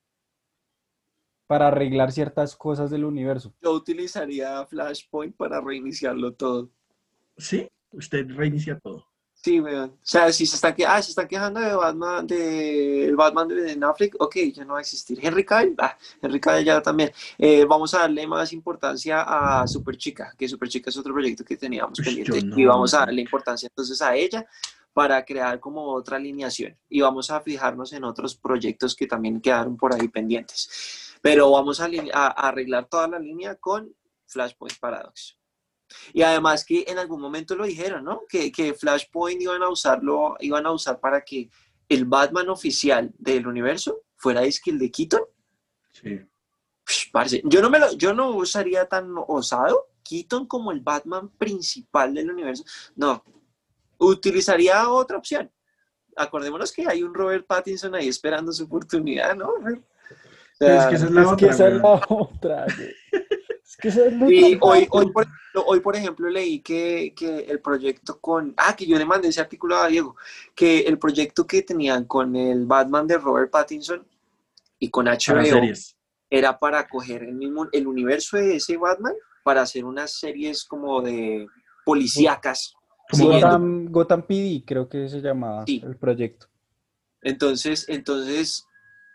para arreglar ciertas cosas del universo. yo utilizaría Flashpoint para reiniciarlo todo. Sí, usted reinicia todo. Sí, weón. O sea, si se están, que... ah, se están quejando de Batman, de el Batman de Ben Affleck, ok, ya no va a existir. Henry Cavill, ah, Henry Cavill ya también. Eh, vamos a darle más importancia a Superchica, que Superchica es otro proyecto que teníamos Ush, yo pendiente. Y no, vamos a darle marica. importancia entonces a ella para crear como otra alineación. Y vamos a fijarnos en otros proyectos que también quedaron por ahí pendientes. Pero vamos a, a, a arreglar toda la línea con Flashpoint Paradox. Y además que en algún momento lo dijeron, ¿no? Que, que Flashpoint iban a usarlo, iban a usar para que el Batman oficial del universo fuera disque el de Keaton. Sí. Ush, parce, yo no me lo, yo no usaría tan osado Keaton como el Batman principal del universo. No, utilizaría otra opción. Acordémonos que hay un Robert Pattinson ahí esperando su oportunidad, ¿no? O Pero es sea, que esa es la Es que otra, esa es weón. la otra, güey. Es que esa es lo y hoy, loco. hoy, por ejemplo, hoy, por ejemplo, leí que, que el proyecto con... Ah, que yo le mandé ese artículo a Diego. Que el proyecto que tenían con el Batman de Robert Pattinson y con Para H B O series. era para coger el mismo el universo de ese Batman para hacer unas series como de policíacas Como Gotham. siguiendo. Gotham, Gotham P D, creo que se llamaba Sí. el proyecto. Entonces, entonces,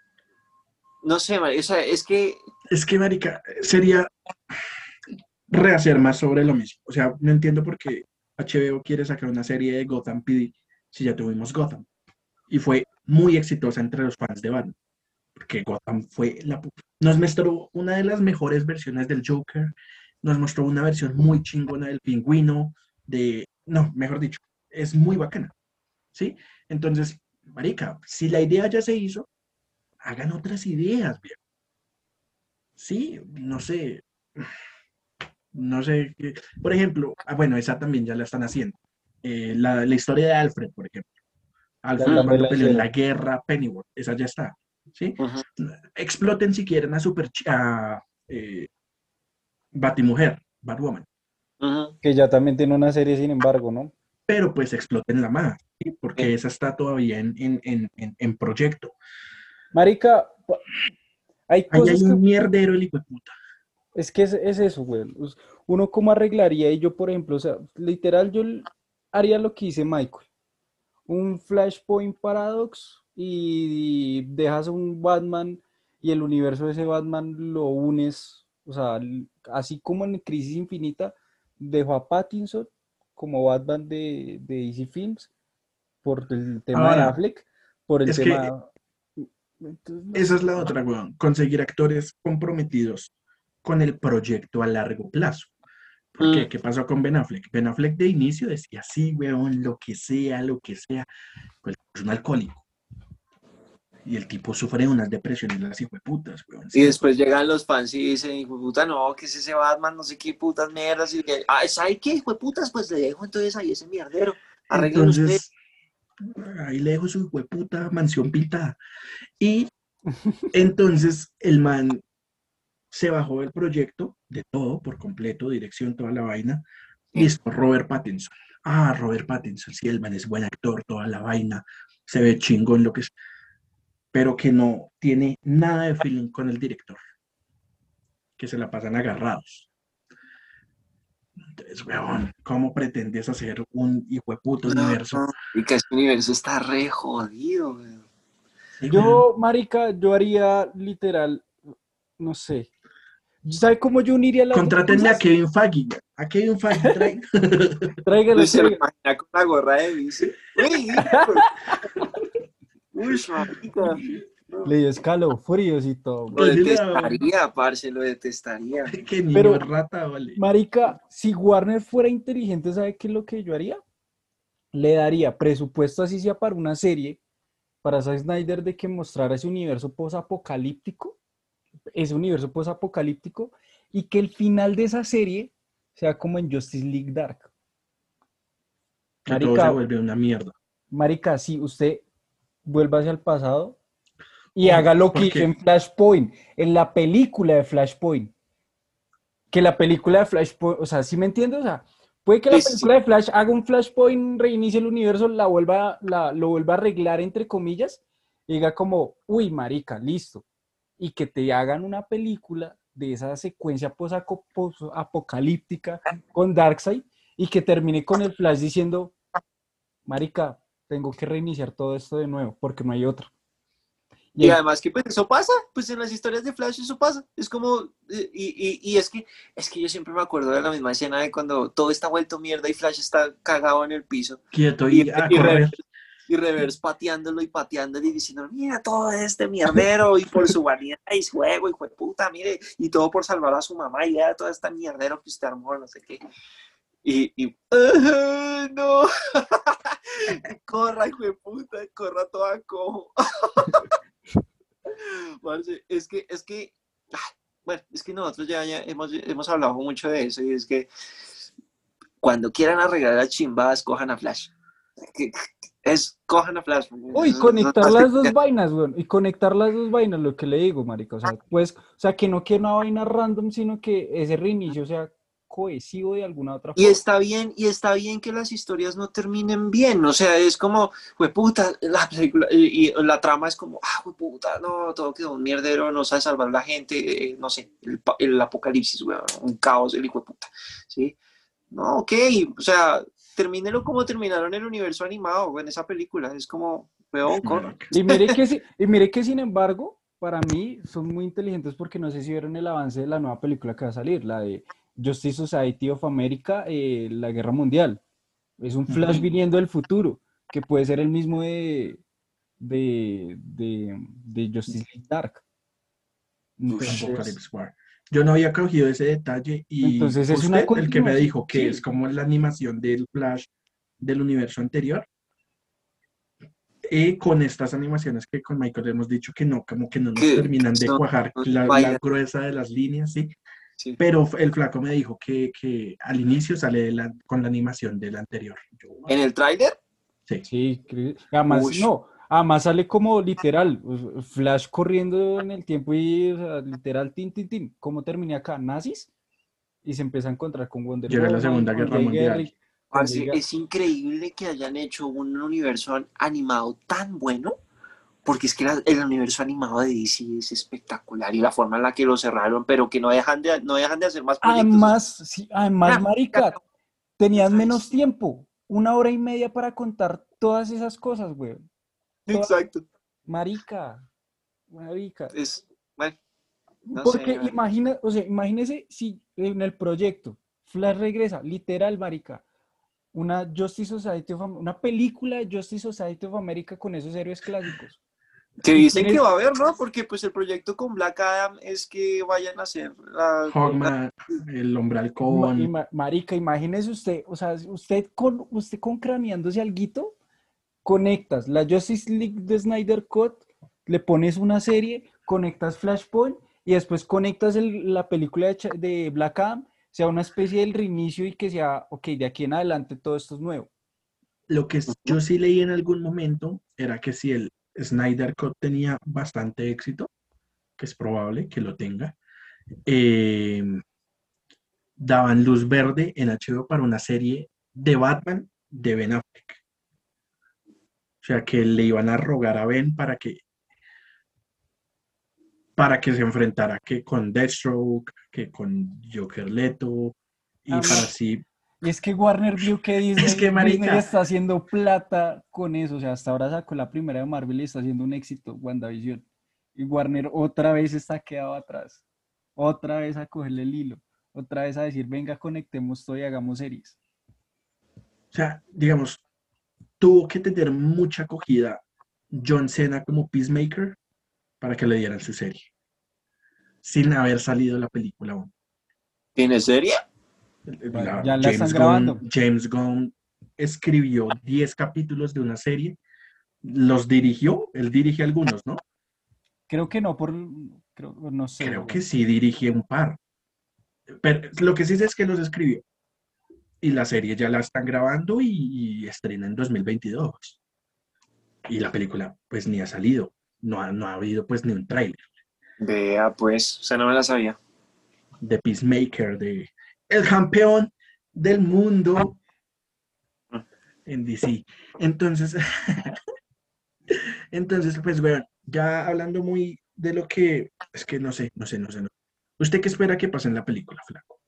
no sé, o sea, es que... Es que, marica, sería rehacer más sobre lo mismo. O sea, no entiendo por qué H B O quiere sacar una serie de Gotham P D si ya tuvimos Gotham. Y fue muy exitosa entre los fans de Batman. Porque Gotham fue la... Nos mostró una de las mejores versiones del Joker. Nos mostró una versión muy chingona del Pingüino. De... No, mejor dicho, es muy bacana. ¿Sí? Entonces, marica, si la idea ya se hizo, hagan otras ideas, viejo. Sí, no sé, no sé, qué- por ejemplo, ah, bueno, esa también ya la están haciendo. Eh, la, la historia de Alfred, por ejemplo. Ya Alfred también cuando la peleó en la hicieron. guerra, Pennyworth, esa ya está, ¿sí? Uh-huh, Exploten si quieren a Super a, eh, Batimujer, Batwoman, uh-huh. Que ya también tiene una serie, sin embargo, ¿no? pero pues exploten la más, ¿sí? Porque Sí. esa está todavía en, en, en, en, en proyecto. Marica, pa- hay Ahí hay cosas que... un mierdero el hijo de puta. Es que es, es eso, güey. Us- Uno cómo arreglaría, y yo, por ejemplo, o sea, literal, yo l- haría lo que hice Michael. Un Flashpoint Paradox y dejas un Batman y el universo de ese Batman lo unes, o sea, l- así como en Crisis Infinita, dejo a Pattinson como Batman de, de D C Films por el tema de Ahora, Affleck, por el es que tema... Entonces, no esa sé, es la otra, weón. Conseguir actores comprometidos con el proyecto a largo plazo. ¿Por qué? Mm. ¿Qué pasó con Ben Affleck? Ben Affleck de inicio decía, sí, weón, lo que sea, lo que sea. Pues es un alcohólico. Y el tipo sufre de unas depresiones, las hijueputas, weón, Y ¿cierto? después llegan los fans y dicen, hijo de puta, no, que es ese Batman, no sé qué putas mierdas. Y que, ah, ¿sabe qué, hijo de putas? Pues le dejo entonces ahí ese mierdero. Arreglen usted. Entonces, ahí le dejo su hijueputa mansión pintada. Y entonces el man se bajó del proyecto, de todo, por completo, dirección, toda la vaina. Sí. Listo, Robert Pattinson. Ah, Robert Pattinson, sí, el man es buen actor, toda la vaina, se ve chingón lo que es, pero que no tiene nada de feeling con el director, que se la pasan agarrados. Entonces, weón, ¿cómo pretendes hacer un hijo de puto No, universo? no. Y que este universo está re jodido, güey. Sí, weón. yo, marica, yo haría literal, no sé. ¿Sabe cómo yo uniría las dos Contrátenme a cosas? Kevin Feige. A Kevin Feige, trae. Tráigalo, Se lo tráigalo. imagina con la gorra de bici. Uy, uy, marica. Le dio escalofríos y todo, Lo güey. Cállate la boca. detestaría, parce, lo detestaría. Qué niño Pero, rata, vale. marica, si Warner fuera inteligente, ¿sabe qué es lo que yo haría? Le daría presupuesto así sea para una serie, para Zack Snyder de que mostrara ese universo posapocalíptico, ese universo posapocalíptico, y que el final de esa serie sea como en Justice League Dark. Que todo se Marica, vuelve una mierda. marica, si usted vuelva hacia el pasado y Oh, haga lo que ¿por hizo qué? en Flashpoint, en la película de Flashpoint, que la película de Flashpoint, o sea, ¿sí me entiendes? O sea, puede que la Sí, sí, sí. película de Flash haga un Flashpoint, reinicie el universo, la vuelva, la, lo vuelva a arreglar, entre comillas, y diga como, uy, marica, listo. Y que te hagan una película de esa secuencia posaco- posapocalíptica con Darkseid y que termine con el Flash diciendo, marica, tengo que reiniciar todo esto de nuevo porque no hay otra. Y Y ahí, además que pues eso pasa, pues en las historias de Flash eso pasa. Es como, eh, y, y, y es que es que yo siempre me acuerdo de la misma escena de cuando todo está vuelto mierda y Flash está cagado en el piso Quieto y, y a y, correr. Reverse, y Reverse pateándolo y pateándolo y diciendo, mira todo este mierdero y por su vanidad y su ego, hijo de puta, mire, y todo por salvar a su mamá y ya todo este mierdero que usted armó, no sé qué. Y, y ¡ah, no! Corra, hijo de puta, corra toda cojo. Parce, es que, es que, ah, bueno, es que nosotros ya, ya hemos, hemos hablado mucho de eso y es que cuando quieran arreglar las chimbas, cojan a Flash. Que- Es, cojan a Flash. uy, conectar las dos vainas, weón, y conectar las dos vainas, lo que le digo, marica, o sea, pues, o sea, que no quede una vaina random, sino que ese reinicio sea cohesivo de alguna otra Y forma. está bien, y está bien que las historias no terminen bien, o sea, es como, fue puta, la película, y, y la trama es como, ah, fue puta, no, todo quedó un mierdero, no sabe salvar a la gente, eh, no sé, el, el apocalipsis, weón, un caos, el hijo de puta, ¿sí? No, ok, o sea, termínelo como terminaron el universo animado en esa película. Es como, weón, corra. Marica. Y mire que, si- y mire que sin embargo, para mí son muy inteligentes porque no sé si vieron el avance de la nueva película que va a salir, la de Justice Society of America, eh, la Guerra Mundial. Es un Flash Ujú. viniendo del futuro, que puede ser el mismo de, de, de, de Justice League Dark. Entonces, Apocalypse War. Yo no había cogido ese detalle y entonces fue es una usted el que me continuación. dijo que es Sí, como la animación del Flash del universo anterior. Y con estas animaciones que con Michael hemos dicho que no, como que no nos Que, que terminan de son cuajar la, la vainas, gruesa de las líneas, ¿sí? sí. Pero el flaco me dijo que, que al inicio sale de la- con la animación del anterior. Yo, "What?". En el tráiler, Sí, sí, cre- además, ush, no, además sale como literal, o- Flash corriendo en el tiempo y, o sea, literal, tin, tin, tin, ¿cómo terminé acá? ¿Nazis? Y se empieza a encontrar con Wonder llega la Woman, Segunda con Guerra Jay Mundial. Garrick, con Jay parce, Gar- es increíble que hayan hecho un universo animado tan bueno, porque es que la- el universo animado de D C es espectacular y la forma en la que lo cerraron, pero que no dejan de, no dejan de hacer más proyectos. Es- Además, sí, además, Mira, marica, tenías nice. menos tiempo, una hora y media para contar todas esas cosas, güey. Todas, Exacto. marica, marica. Es, bueno, no sé, Porque marica. imagina, o sea, imagínese si en el proyecto Flash regresa, literal, marica, una Justice Society of Am- una película de Justice Society of America con esos héroes clásicos. Que Y dicen que tienes, va a haber, ¿no? Porque pues el proyecto con Black Adam es que vayan a hacer la... la- Hawkman, el Hombre ma- Halcón. ima- marica, imagínese usted, o sea, usted con, usted con craneándose alguito, conectas la Justice League de Snyder Cut, le pones una serie, conectas Flashpoint y después conectas el- la película de, Cha- de Black Adam, sea una especie del reinicio y que sea, ok, de aquí en adelante todo esto es nuevo. Lo que s- yo sí leí en algún momento era que si el Snyder Cut tenía bastante éxito, que es probable que lo tenga, eh, daban luz verde en H B O para una serie de Batman de Ben Affleck. O sea, que le iban a rogar a Ben para que, para que se enfrentara que con Deathstroke, que con Joker Leto, y para Además, así. y es que Warner vio que Es Disney, que, Disney marica, está haciendo plata con eso. O sea, hasta ahora sacó la primera de Marvel y está haciendo un éxito, WandaVision. Y Warner otra vez está quedado atrás. otra vez a cogerle el hilo, otra vez a decir, venga, conectemos todo y hagamos series. O sea, digamos, tuvo que tener mucha acogida John Cena como Peacemaker para que le dieran su serie, sin haber salido la película aún. ¿Tiene serie? La- Ya la están James grabando. Gunn, James Gunn escribió diez capítulos de una serie, los dirigió, él dirige algunos, ¿no? Creo que no, por, creo, no sé. Creo que Güey. sí dirige un par. Pero lo que sí sé es que los escribió. Y la serie ya la están grabando y, y estrena en dos mil veintidós. Y la película, pues, ni ha salido. No ha, no ha habido, pues, ni un tráiler Vea, pues, o sea, no me la sabía. de Peacemaker, de el campeón del mundo en D C. Entonces, entonces, pues, bueno, ya hablando muy de lo que, es que no sé, no sé, no sé. No. ¿Usted qué espera que pase en la película, Flaco?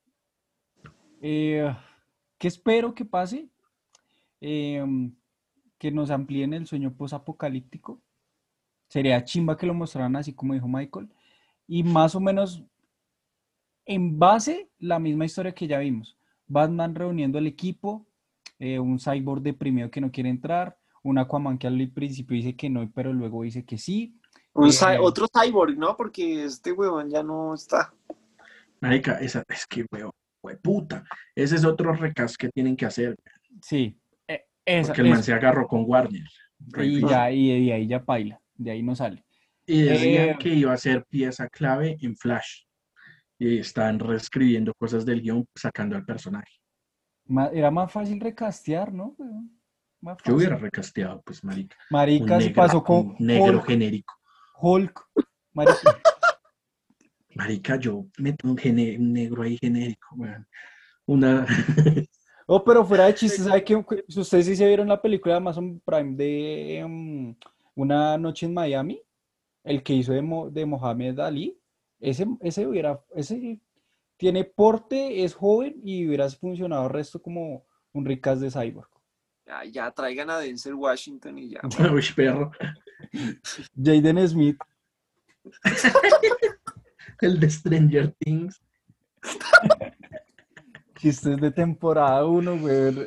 Eh, ¿qué espero que pase? Eh, que nos amplíen el sueño posapocalíptico. Sería chimba que lo mostraran así como dijo Michael. Y más o menos en base la misma historia que ya vimos. Batman reuniendo el equipo, eh, un Cyborg deprimido que no quiere entrar, un Aquaman que al principio dice que no, pero luego dice que sí. Un cy- Eh, otro cyborg, ¿no? Porque este huevón ya no está. Marica, esa, es que, weón, puta. Ese es otro recast que tienen que hacer, sí, eh, esa, porque el man eso. se agarró con Warner. Re Y picha. ya, y de ahí ya paila, de ahí no sale. Y Eh, decían que iba a ser pieza clave en Flash. Y están reescribiendo cosas del guión, sacando al personaje. ma- era más fácil recastear, ¿no? weón? Más Yo fácil. hubiera recasteado, pues, marica, un Marica, si negro, pasó con un negro Hulk, genérico. Hulk, marica. Marica, yo meto un, gene- un negro ahí genérico, weón. Una. Oh, pero fuera de chistes, ¿sabe qué? Si ustedes sí se vieron la película de Amazon Prime de em, Una noche en Miami, el que hizo de, Mo- de Mohamed Ali, ese, ese hubiera, ese tiene porte, es joven y hubiera funcionado el resto como un ricas de cyborg. Ya, ya traigan a Denzel Washington y ya, weón. Uy, perro. Jaden Smith, El de Stranger Things. chistes de temporada uno, güey.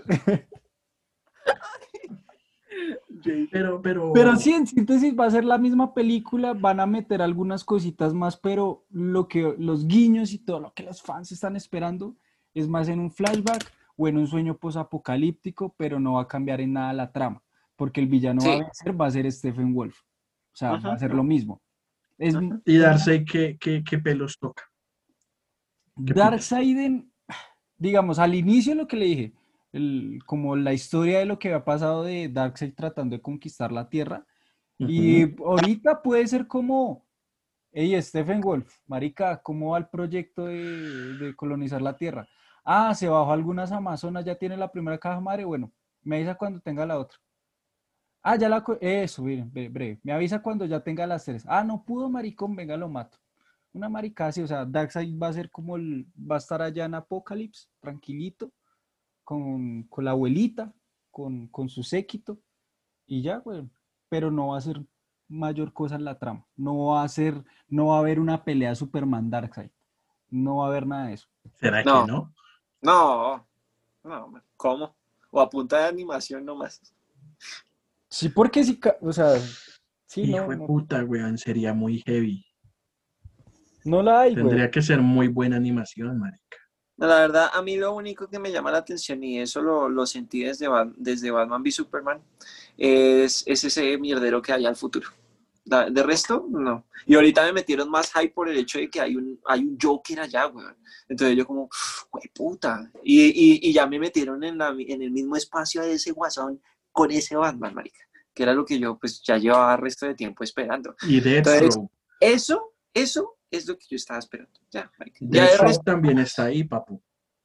Pero, Pero pero. sí, en síntesis va a ser la misma película, van a meter algunas cositas más, pero lo que los guiños y todo lo que los fans están esperando es más en un flashback o en un sueño posapocalíptico, pero no va a cambiar en nada la trama, porque el villano va a Sí. vencer, va a ser Stephen Wolf. O sea, va a Ujú, ser lo mismo. Es, ujú. Y es Darcy, ¿qué, qué, qué pelos toca? ¿Qué putas? Darkseid, digamos, al inicio lo que le dije, el- como la historia de lo que había pasado de Darkseid tratando de conquistar la Tierra. Ujú. Y ahorita puede ser como, hey, Stephen Wolf, marica, ¿cómo va el proyecto de, de colonizar la Tierra? Ah, se bajó algunas Amazonas, ya tiene la primera caja madre, bueno, me avisa cuando tenga la otra. Ah, ya la, co- eso, miren, bre- breve, me avisa cuando ya tenga las tres. Ah, no pudo, maricón, venga, lo mato. Una marica así, o sea, Darkseid va a ser como el, va a estar allá en Apocalipsis, tranquilito, con, con la abuelita, con, con su séquito, y ya, güey. Pero no va a ser mayor cosa en la trama. No va a ser, no va a haber una pelea Superman Darkseid. No va a haber nada de eso. ¿Será que No, no? no, no, man. ¿Cómo? O a punta de animación nomás. Sí, porque sí, ca- o sea, sí, no, Hijo de no, puta, weón, sería muy heavy. no la hay, güey. Tendría que ser muy buena animación, marica. No, la verdad, a mí lo único que me llama la atención, y eso lo, lo sentí desde, Bat- desde Batman v Superman, es, es ese mierdero que hay al futuro. Da- De resto, no. Y ahorita me metieron más hype por el hecho de que hay un, hay un Joker allá, weón. Entonces yo como, güey, puta. Y, y, y ya me metieron en, la, en el mismo espacio de ese guasón con ese Batman, marica. Que era lo que yo pues ya llevaba el resto de tiempo esperando. Y Entonces, Deathstroke. eso, eso es lo que yo estaba esperando. Ya, marica. Ya el Deathstroke resto, también está ahí, papu.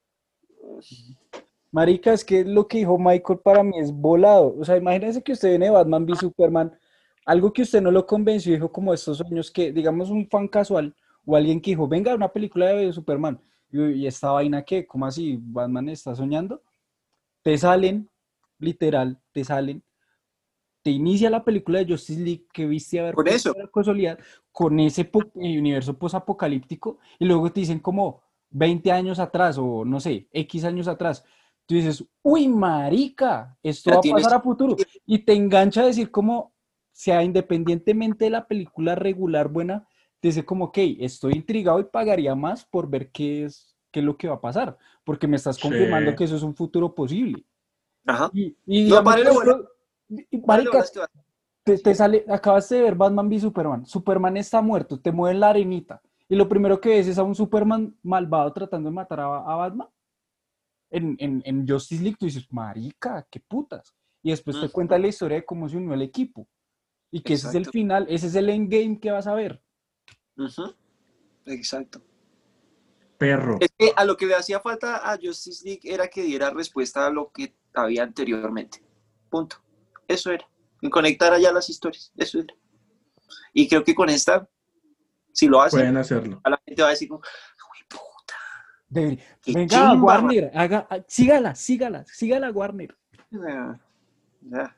Marica, es que lo que dijo Michael para mí es volado. O sea, imagínense que usted viene de Batman v Superman, algo que usted no lo convenció, dijo como estos sueños que, digamos, un fan casual o alguien que dijo, venga, una película de Superman. Y, y esta vaina que, ¿cómo así? Batman está soñando. Te salen, literal, te salen te inicia la película de Justice League que viste a ver Con eso. la casualidad, con ese po- eh, universo posapocalíptico, y luego te dicen como veinte años atrás, o no sé, X años atrás. Tú dices, uy, marica, esto Ya va a tienes. pasar a futuro. Y te engancha a decir como, sea independientemente de la película regular buena, te dice como, ok, estoy intrigado y pagaría más por ver qué es, qué es lo que va a pasar, porque me estás Sí. confirmando que eso es un futuro posible. Ajá. Y, y No, digamos, párale por bola. ejemplo, y- Párale marica, bolas que va. te, te sale, acabaste de ver Batman v Superman. Superman está muerto, te mueve en la arenita. Y lo primero que ves es a un Superman malvado tratando de matar a, a Batman. En, en, en Justice League tú dices, marica, qué putas. Y después te cuenta Ujú. la historia de cómo se unió el equipo. Y que ese es el Exacto. final, ese es el endgame que vas a ver. Ujú. Exacto. Perro. Es que a lo que le hacía falta a Justice League era que diera respuesta a lo que había anteriormente. Punto. Eso era. Y conectara ya las historias. Eso era. Y creo que con esta, si lo hacen, Pueden hacerlo. a la gente va a decir como, uy, puta, Debería- qué Venga, chimba, man". Warner, haga, ha- sígala, sígala, sígala, Warner. Ya, ya.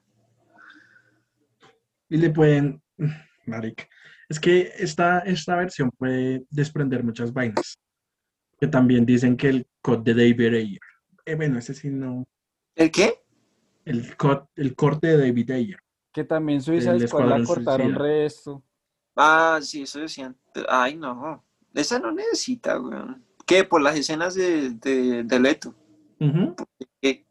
Y le pueden, marica, es que esta, esta versión puede desprender muchas vainas. Que también dicen que el code de David Ayer. Eh, bueno, ese sí no. ¿El qué? El, code, el corte de David Ayer, Que también Suicide del Squad la Escuadrón cortaron Suicida. resto. Ah, sí, eso decían. Ay, no. Esa no necesita, weón. ¿Qué? Por las escenas de, de, de Leto. Ujú. ¿Qué?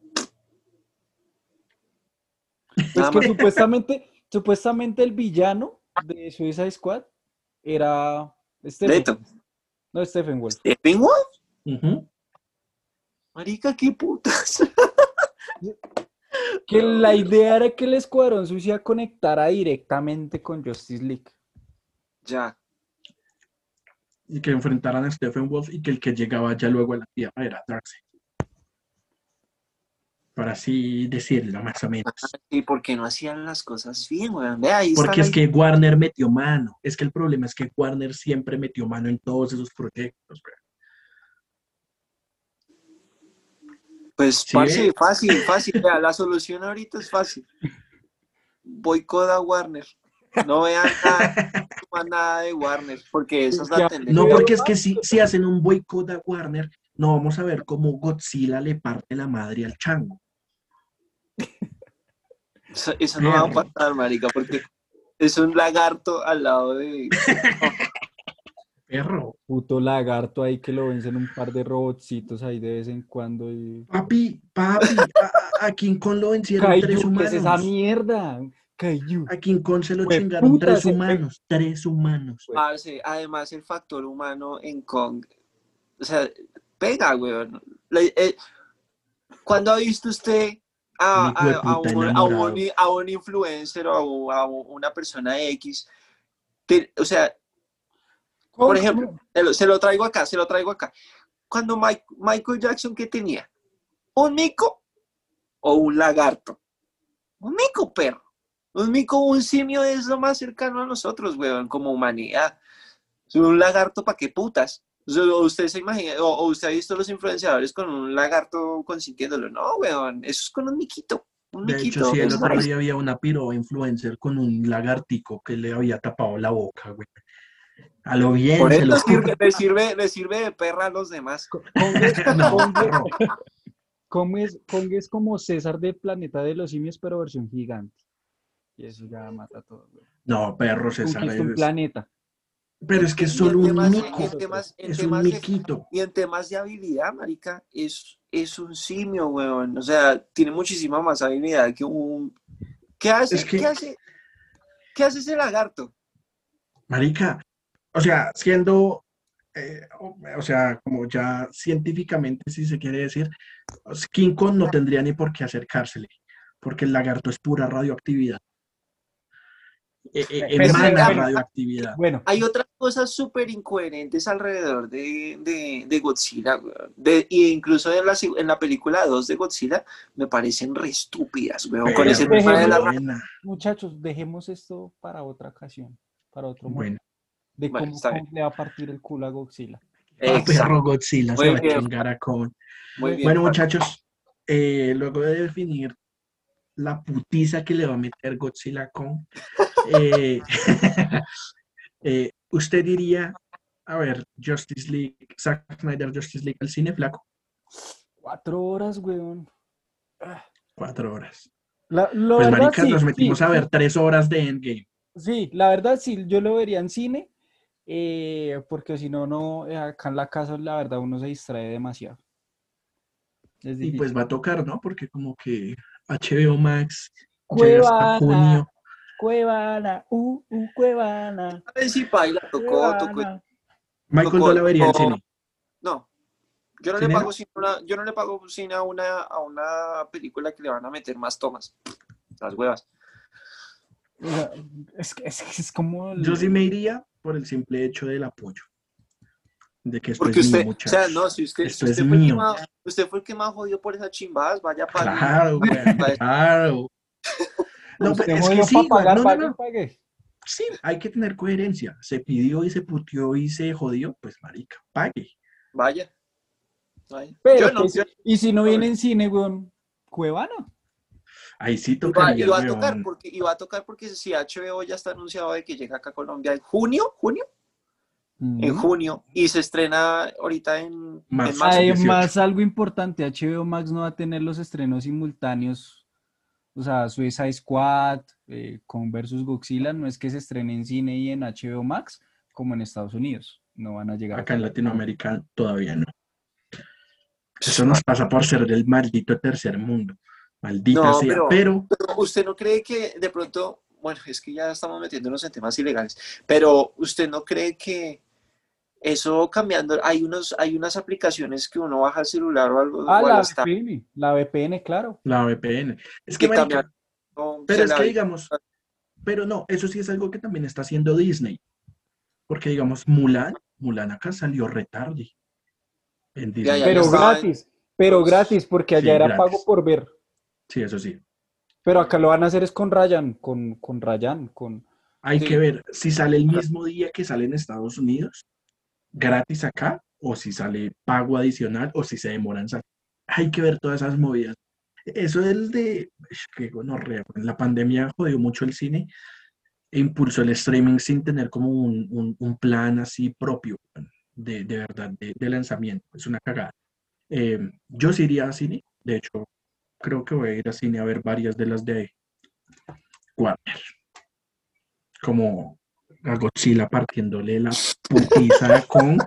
Pues Nada que más. supuestamente, supuestamente el villano de Suicide Squad era Stephen. Leto. No, Stephen Wolf. ¿Steppenwolf? Ujú. Marica, qué putas. Que No, la Dios. idea era que el Escuadrón Suicida conectara directamente con Justice League. Ya. Y que enfrentaran a Stephen Wolf y que el que llegaba ya luego a la Tierra era Darkseid. Para así decirlo, más o menos. ¿Y por qué no hacían las cosas bien, weón? Ve, ahí está Porque la es que Warner metió mano. Es que el problema es que Warner siempre metió mano en todos esos proyectos. Bro. Pues, ¿Sí parce, ve? fácil, fácil. Vea, la solución ahorita es fácil. Boicot a Warner. No vean nada, no vean nada de Warner, porque esa es la Ya, tendencia. No, porque es que si, si hacen un boicot a Warner, no vamos a ver cómo Godzilla le parte la madre al chango. Eso, eso no va a Perro. pasar, marica, porque es un lagarto al lado de... No, Perro. puto lagarto ahí que lo vencen un par de robotcitos ahí de vez en cuando. Y... Papi, papi, a, a- a King Kong lo vencieron tres Kaiju, ¿qué es esa humanos. mierda? Kaiju. A King Kong se lo Fue chingaron puta, tres se- humanos. Tres humanos. parce, además el factor humano en Kong, o sea, pega, weón. La- eh, ¿Cuándo ha visto usted a, Un hijo de a- a puta un, a, enamorado. un, a un influencer o a, un- a una persona X? que- o sea, por ejemplo, se lo, se lo traigo acá, se lo traigo acá. Cuando Mike- Michael Jackson, ¿qué tenía? ¿Un mico o un lagarto? Un mico, perro. Un mico o un simio es lo más cercano a nosotros, weón, como humanidad. Un lagarto, ¿para qué putas? O sea, usted se imagina, o, o usted ha visto los influenciadores con un lagarto consintiéndolo. No, weón, eso es con un miquito. Un De hecho, miquito. sí, el Es otro nice. día había una piro influencer con un lagartico que le había tapado la boca, güey. A lo bien, Por se eso lo sirve, le, sirve, le sirve de perra a los demás. Co- Kong es, No, Kong es- perro. Kong es- Kong es como César de Planeta de los Simios, pero versión gigante. Y eso ya mata todo, güey. No, perro, César. Conquista un Es... planeta. Pero En es que te- es y en solo un temas, mico. y en temas, en Es un temas de, miquito. y en temas de habilidad, marica, es, es un simio, weón. O sea, tiene muchísima más habilidad que un... ¿Qué hace? Es que- ¿Qué hace? ¿Qué hace ese lagarto? Marica, o sea, siendo, eh, o, o sea, como ya científicamente, si se quiere decir, King Kong no tendría ni por qué acercársele, porque el lagarto es pura radioactividad. Eh, eh, Pero- emana pero- radioactividad. Bueno, Hay otras cosas súper incoherentes alrededor de, de, de Godzilla, weón. De, y incluso en la, en la película dos de Godzilla me parecen re estúpidas, weón. Con Pero ese es tema de la... dejemos- buena. muchachos, dejemos esto para otra ocasión, para otro momento. Bueno, De Bueno, cómo está Kong bien. le va a partir el culo a Godzilla. ah, Exacto. perro Godzilla se Muy va a bien. chingar a Kong. Muy bien. Bueno, muchachos, eh, luego de definir la putiza que le va a meter Godzilla Kong. Eh, eh, ¿usted diría, a ver, Justice League, Zack Snyder Justice League al cine, flaco? Cuatro horas, weón. Ah, Cuatro horas. La, la Pues, verdad, maricas, sí, nos sí, metimos a ver sí, tres horas de Endgame. sí, la verdad, sí, yo lo vería en cine, eh, porque si no, no, eh, acá en la casa, la verdad, uno se distrae demasiado. Es Y pues difícil. va a tocar, ¿no? Porque como que H B O Max llega hasta Cuevana, junio. Cuevana, uh, uh, Cuevana, A ver si baila, tocó, tocó, Cuevana. Michael no tocó, la vería en tocó. cine. No, yo no le ¿Cinero? pago cine a una, yo no le pago cine a una, a una película que le van a meter más tomas. Las huevas. O sea, es, que- es, que es como Yo sí el- me iría por el simple hecho del apoyo, de que esto es Porque mío, usted, o sea, no, muchachos. si usted, si Esto es usted fue el que mío. más, usted fue el que más jodió por esas chimbadas, vaya pague y Claro, güey, claro. No, pues usted es que jodió para sí, güey. pagar, No, no, pague, no. pague. Sí, hay que tener coherencia. Se pidió y se puteó y se jodió, pues marica, pague. vaya, vaya. Yo Pero no, pues, yo y si no no. viene en cine, weón, Cuevana. Ahí sí Y va, y tocaría, va a tocar weón. porque, y va a tocar porque si H B O ya está anunciado de que llega acá a Colombia en junio, junio, en Mm. junio, y se estrena ahorita en, en Marzo, marzo. el dieciocho. Además, algo importante, H B O Max no va a tener los estrenos simultáneos, o sea, Suicide Squad, eh, con versus Godzilla, no es que se estrene en cine y en H B O Max, como en Estados Unidos, no van a llegar Acá acá. en Latinoamérica todavía no. Eso nos pasa por ser del maldito tercer mundo. Maldita No, sea. pero, Pero, pero usted no cree que de pronto, bueno, es que ya estamos metiéndonos en temas ilegales, pero usted no cree que eso cambiando, hay unos, hay unas aplicaciones que uno baja al celular o, algo, Ah, o a la las tablets V P N, la V P N, claro. la V P N. Es que, que marica, cambian, no, pero se es la que vi. digamos, pero no, eso sí es algo que también está haciendo Disney. Porque digamos, Mulan, Mulan acá salió retarde en Y Disney allá ya Pero Plus. estaba en gratis, pero los... gratis, porque allá Sí, era pago gratis. por ver. Sí, eso sí. Pero acá lo van a hacer es con Ryan, con, con Ryan, con... Hay que Sí, ver si sale el mismo día que sale en Estados Unidos, gratis acá, o si sale pago adicional, o si se demoran. sal- Hay que ver todas esas movidas. Eso del de, es que gonorrea, pues, la pandemia jodió mucho el cine e impulsó el streaming sin tener como un, un- un plan así propio de, de verdad, de, de lanzamiento. Es una cagada. Eh, yo sí iría a cine, de hecho, creo que voy a ir a cine a ver varias de las de Warner, como a Godzilla partiéndole la putiza a Kong.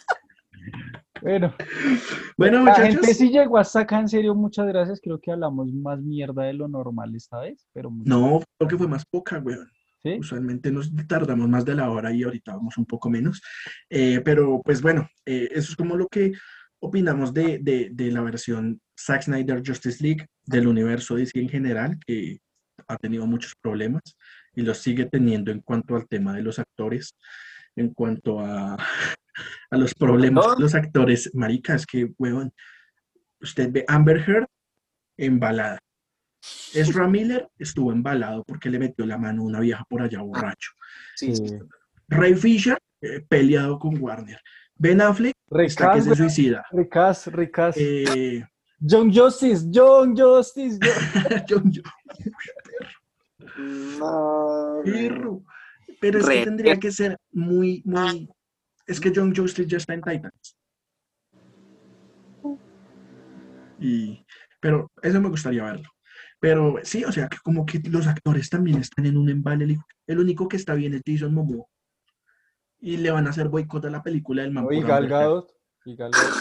Bueno, Bueno, la gente muchachos, sí llegó hasta acá, en serio, muchas gracias. Creo que hablamos más mierda de lo normal esta vez, pero muchas no, creo que fue más poca, weón. gracias. Usualmente nos tardamos más de la hora y ahorita vamos un poco menos. Eh, pero pues bueno, eh, eso es como lo que opinamos de, de, de la versión Zack Snyder Justice League del universo D C en general, que ha tenido muchos problemas y los sigue teniendo en cuanto al tema de los actores, en cuanto a, a los problemas ¿no? de los actores. Maricas, que, weón, usted ve Amber Heard embalada. Ezra Miller estuvo embalado porque le metió la mano a una vieja por allá Ah, borracho. sí, sí. Sí. Ray Fisher, eh, peleado con Warner. Ben Affleck está que Recas, se weón. suicida. Recas, recas. Eh, John Justice, John Justice, John... John- John- No, perro. Pero es que re. tendría que ser muy, muy. Es que John Justice ya está en Titans. Y, pero eso me gustaría verlo. Pero sí, o sea, que como que los actores también están en un embale. El, el único que está bien es Jason Momoa. Y le van a hacer boicot a la película del man No, y por Gal Amber Heard. Gadot, y Gal Gadot.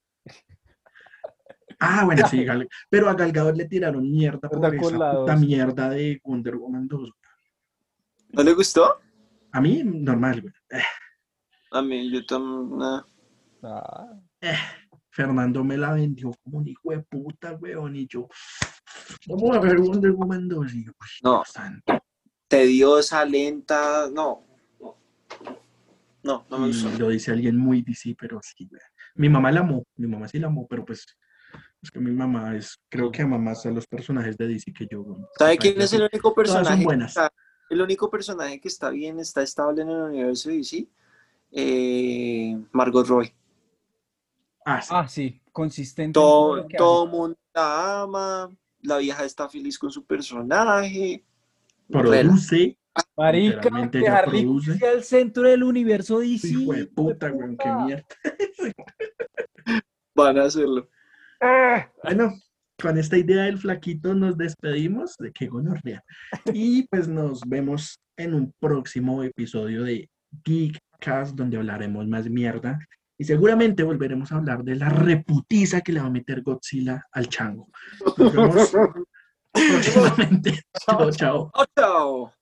Ah, bueno, sí, Ay, Gal- pero a Gal Gadot le tiraron mierda por verdad con esa la puta dos. mierda de Wonder Woman dos. ¿No le gustó? A mí, normal, güey. Eh, A mí, yo también. Ah, eh, Fernando me la vendió como un hijo de puta, weón, y yo, vamos a ver Wonder Woman dos, y yo, uy, No, Dios santo. tediosa, lenta. No, no, no, no me gustó. Y lo dice alguien muy D C, pero sí, güey. Mi mamá la amó, mi mamá sí la amó, pero pues, es que mi mamá es, creo sí. que ama más a los personajes de D C que yo, güey. Que ¿Sabe para quién ella es el sí, único todas son personaje que buenas. está, el único personaje que está bien, está estable en el universo de D C? Eh, Margot Robbie. Ah, sí. Ah, sí, consistente en todo Todo, lo que hace. todo mundo la ama, la vieja está feliz con su personaje. Produce. Marica, Literalmente que ella Harley Quinn produce. sea el centro del universo D C. Hijo de hijo puta, de weón, qué puta. mierda. Van a hacerlo. Bueno, con esta idea del flaquito nos despedimos, de que gonorrea. Y pues nos vemos en un próximo episodio de Geekcast, donde hablaremos más mierda. Y seguramente volveremos a hablar de la reputiza que le va a meter Godzilla al chango. Nos vemos próximamente. Chao, chao. Chao.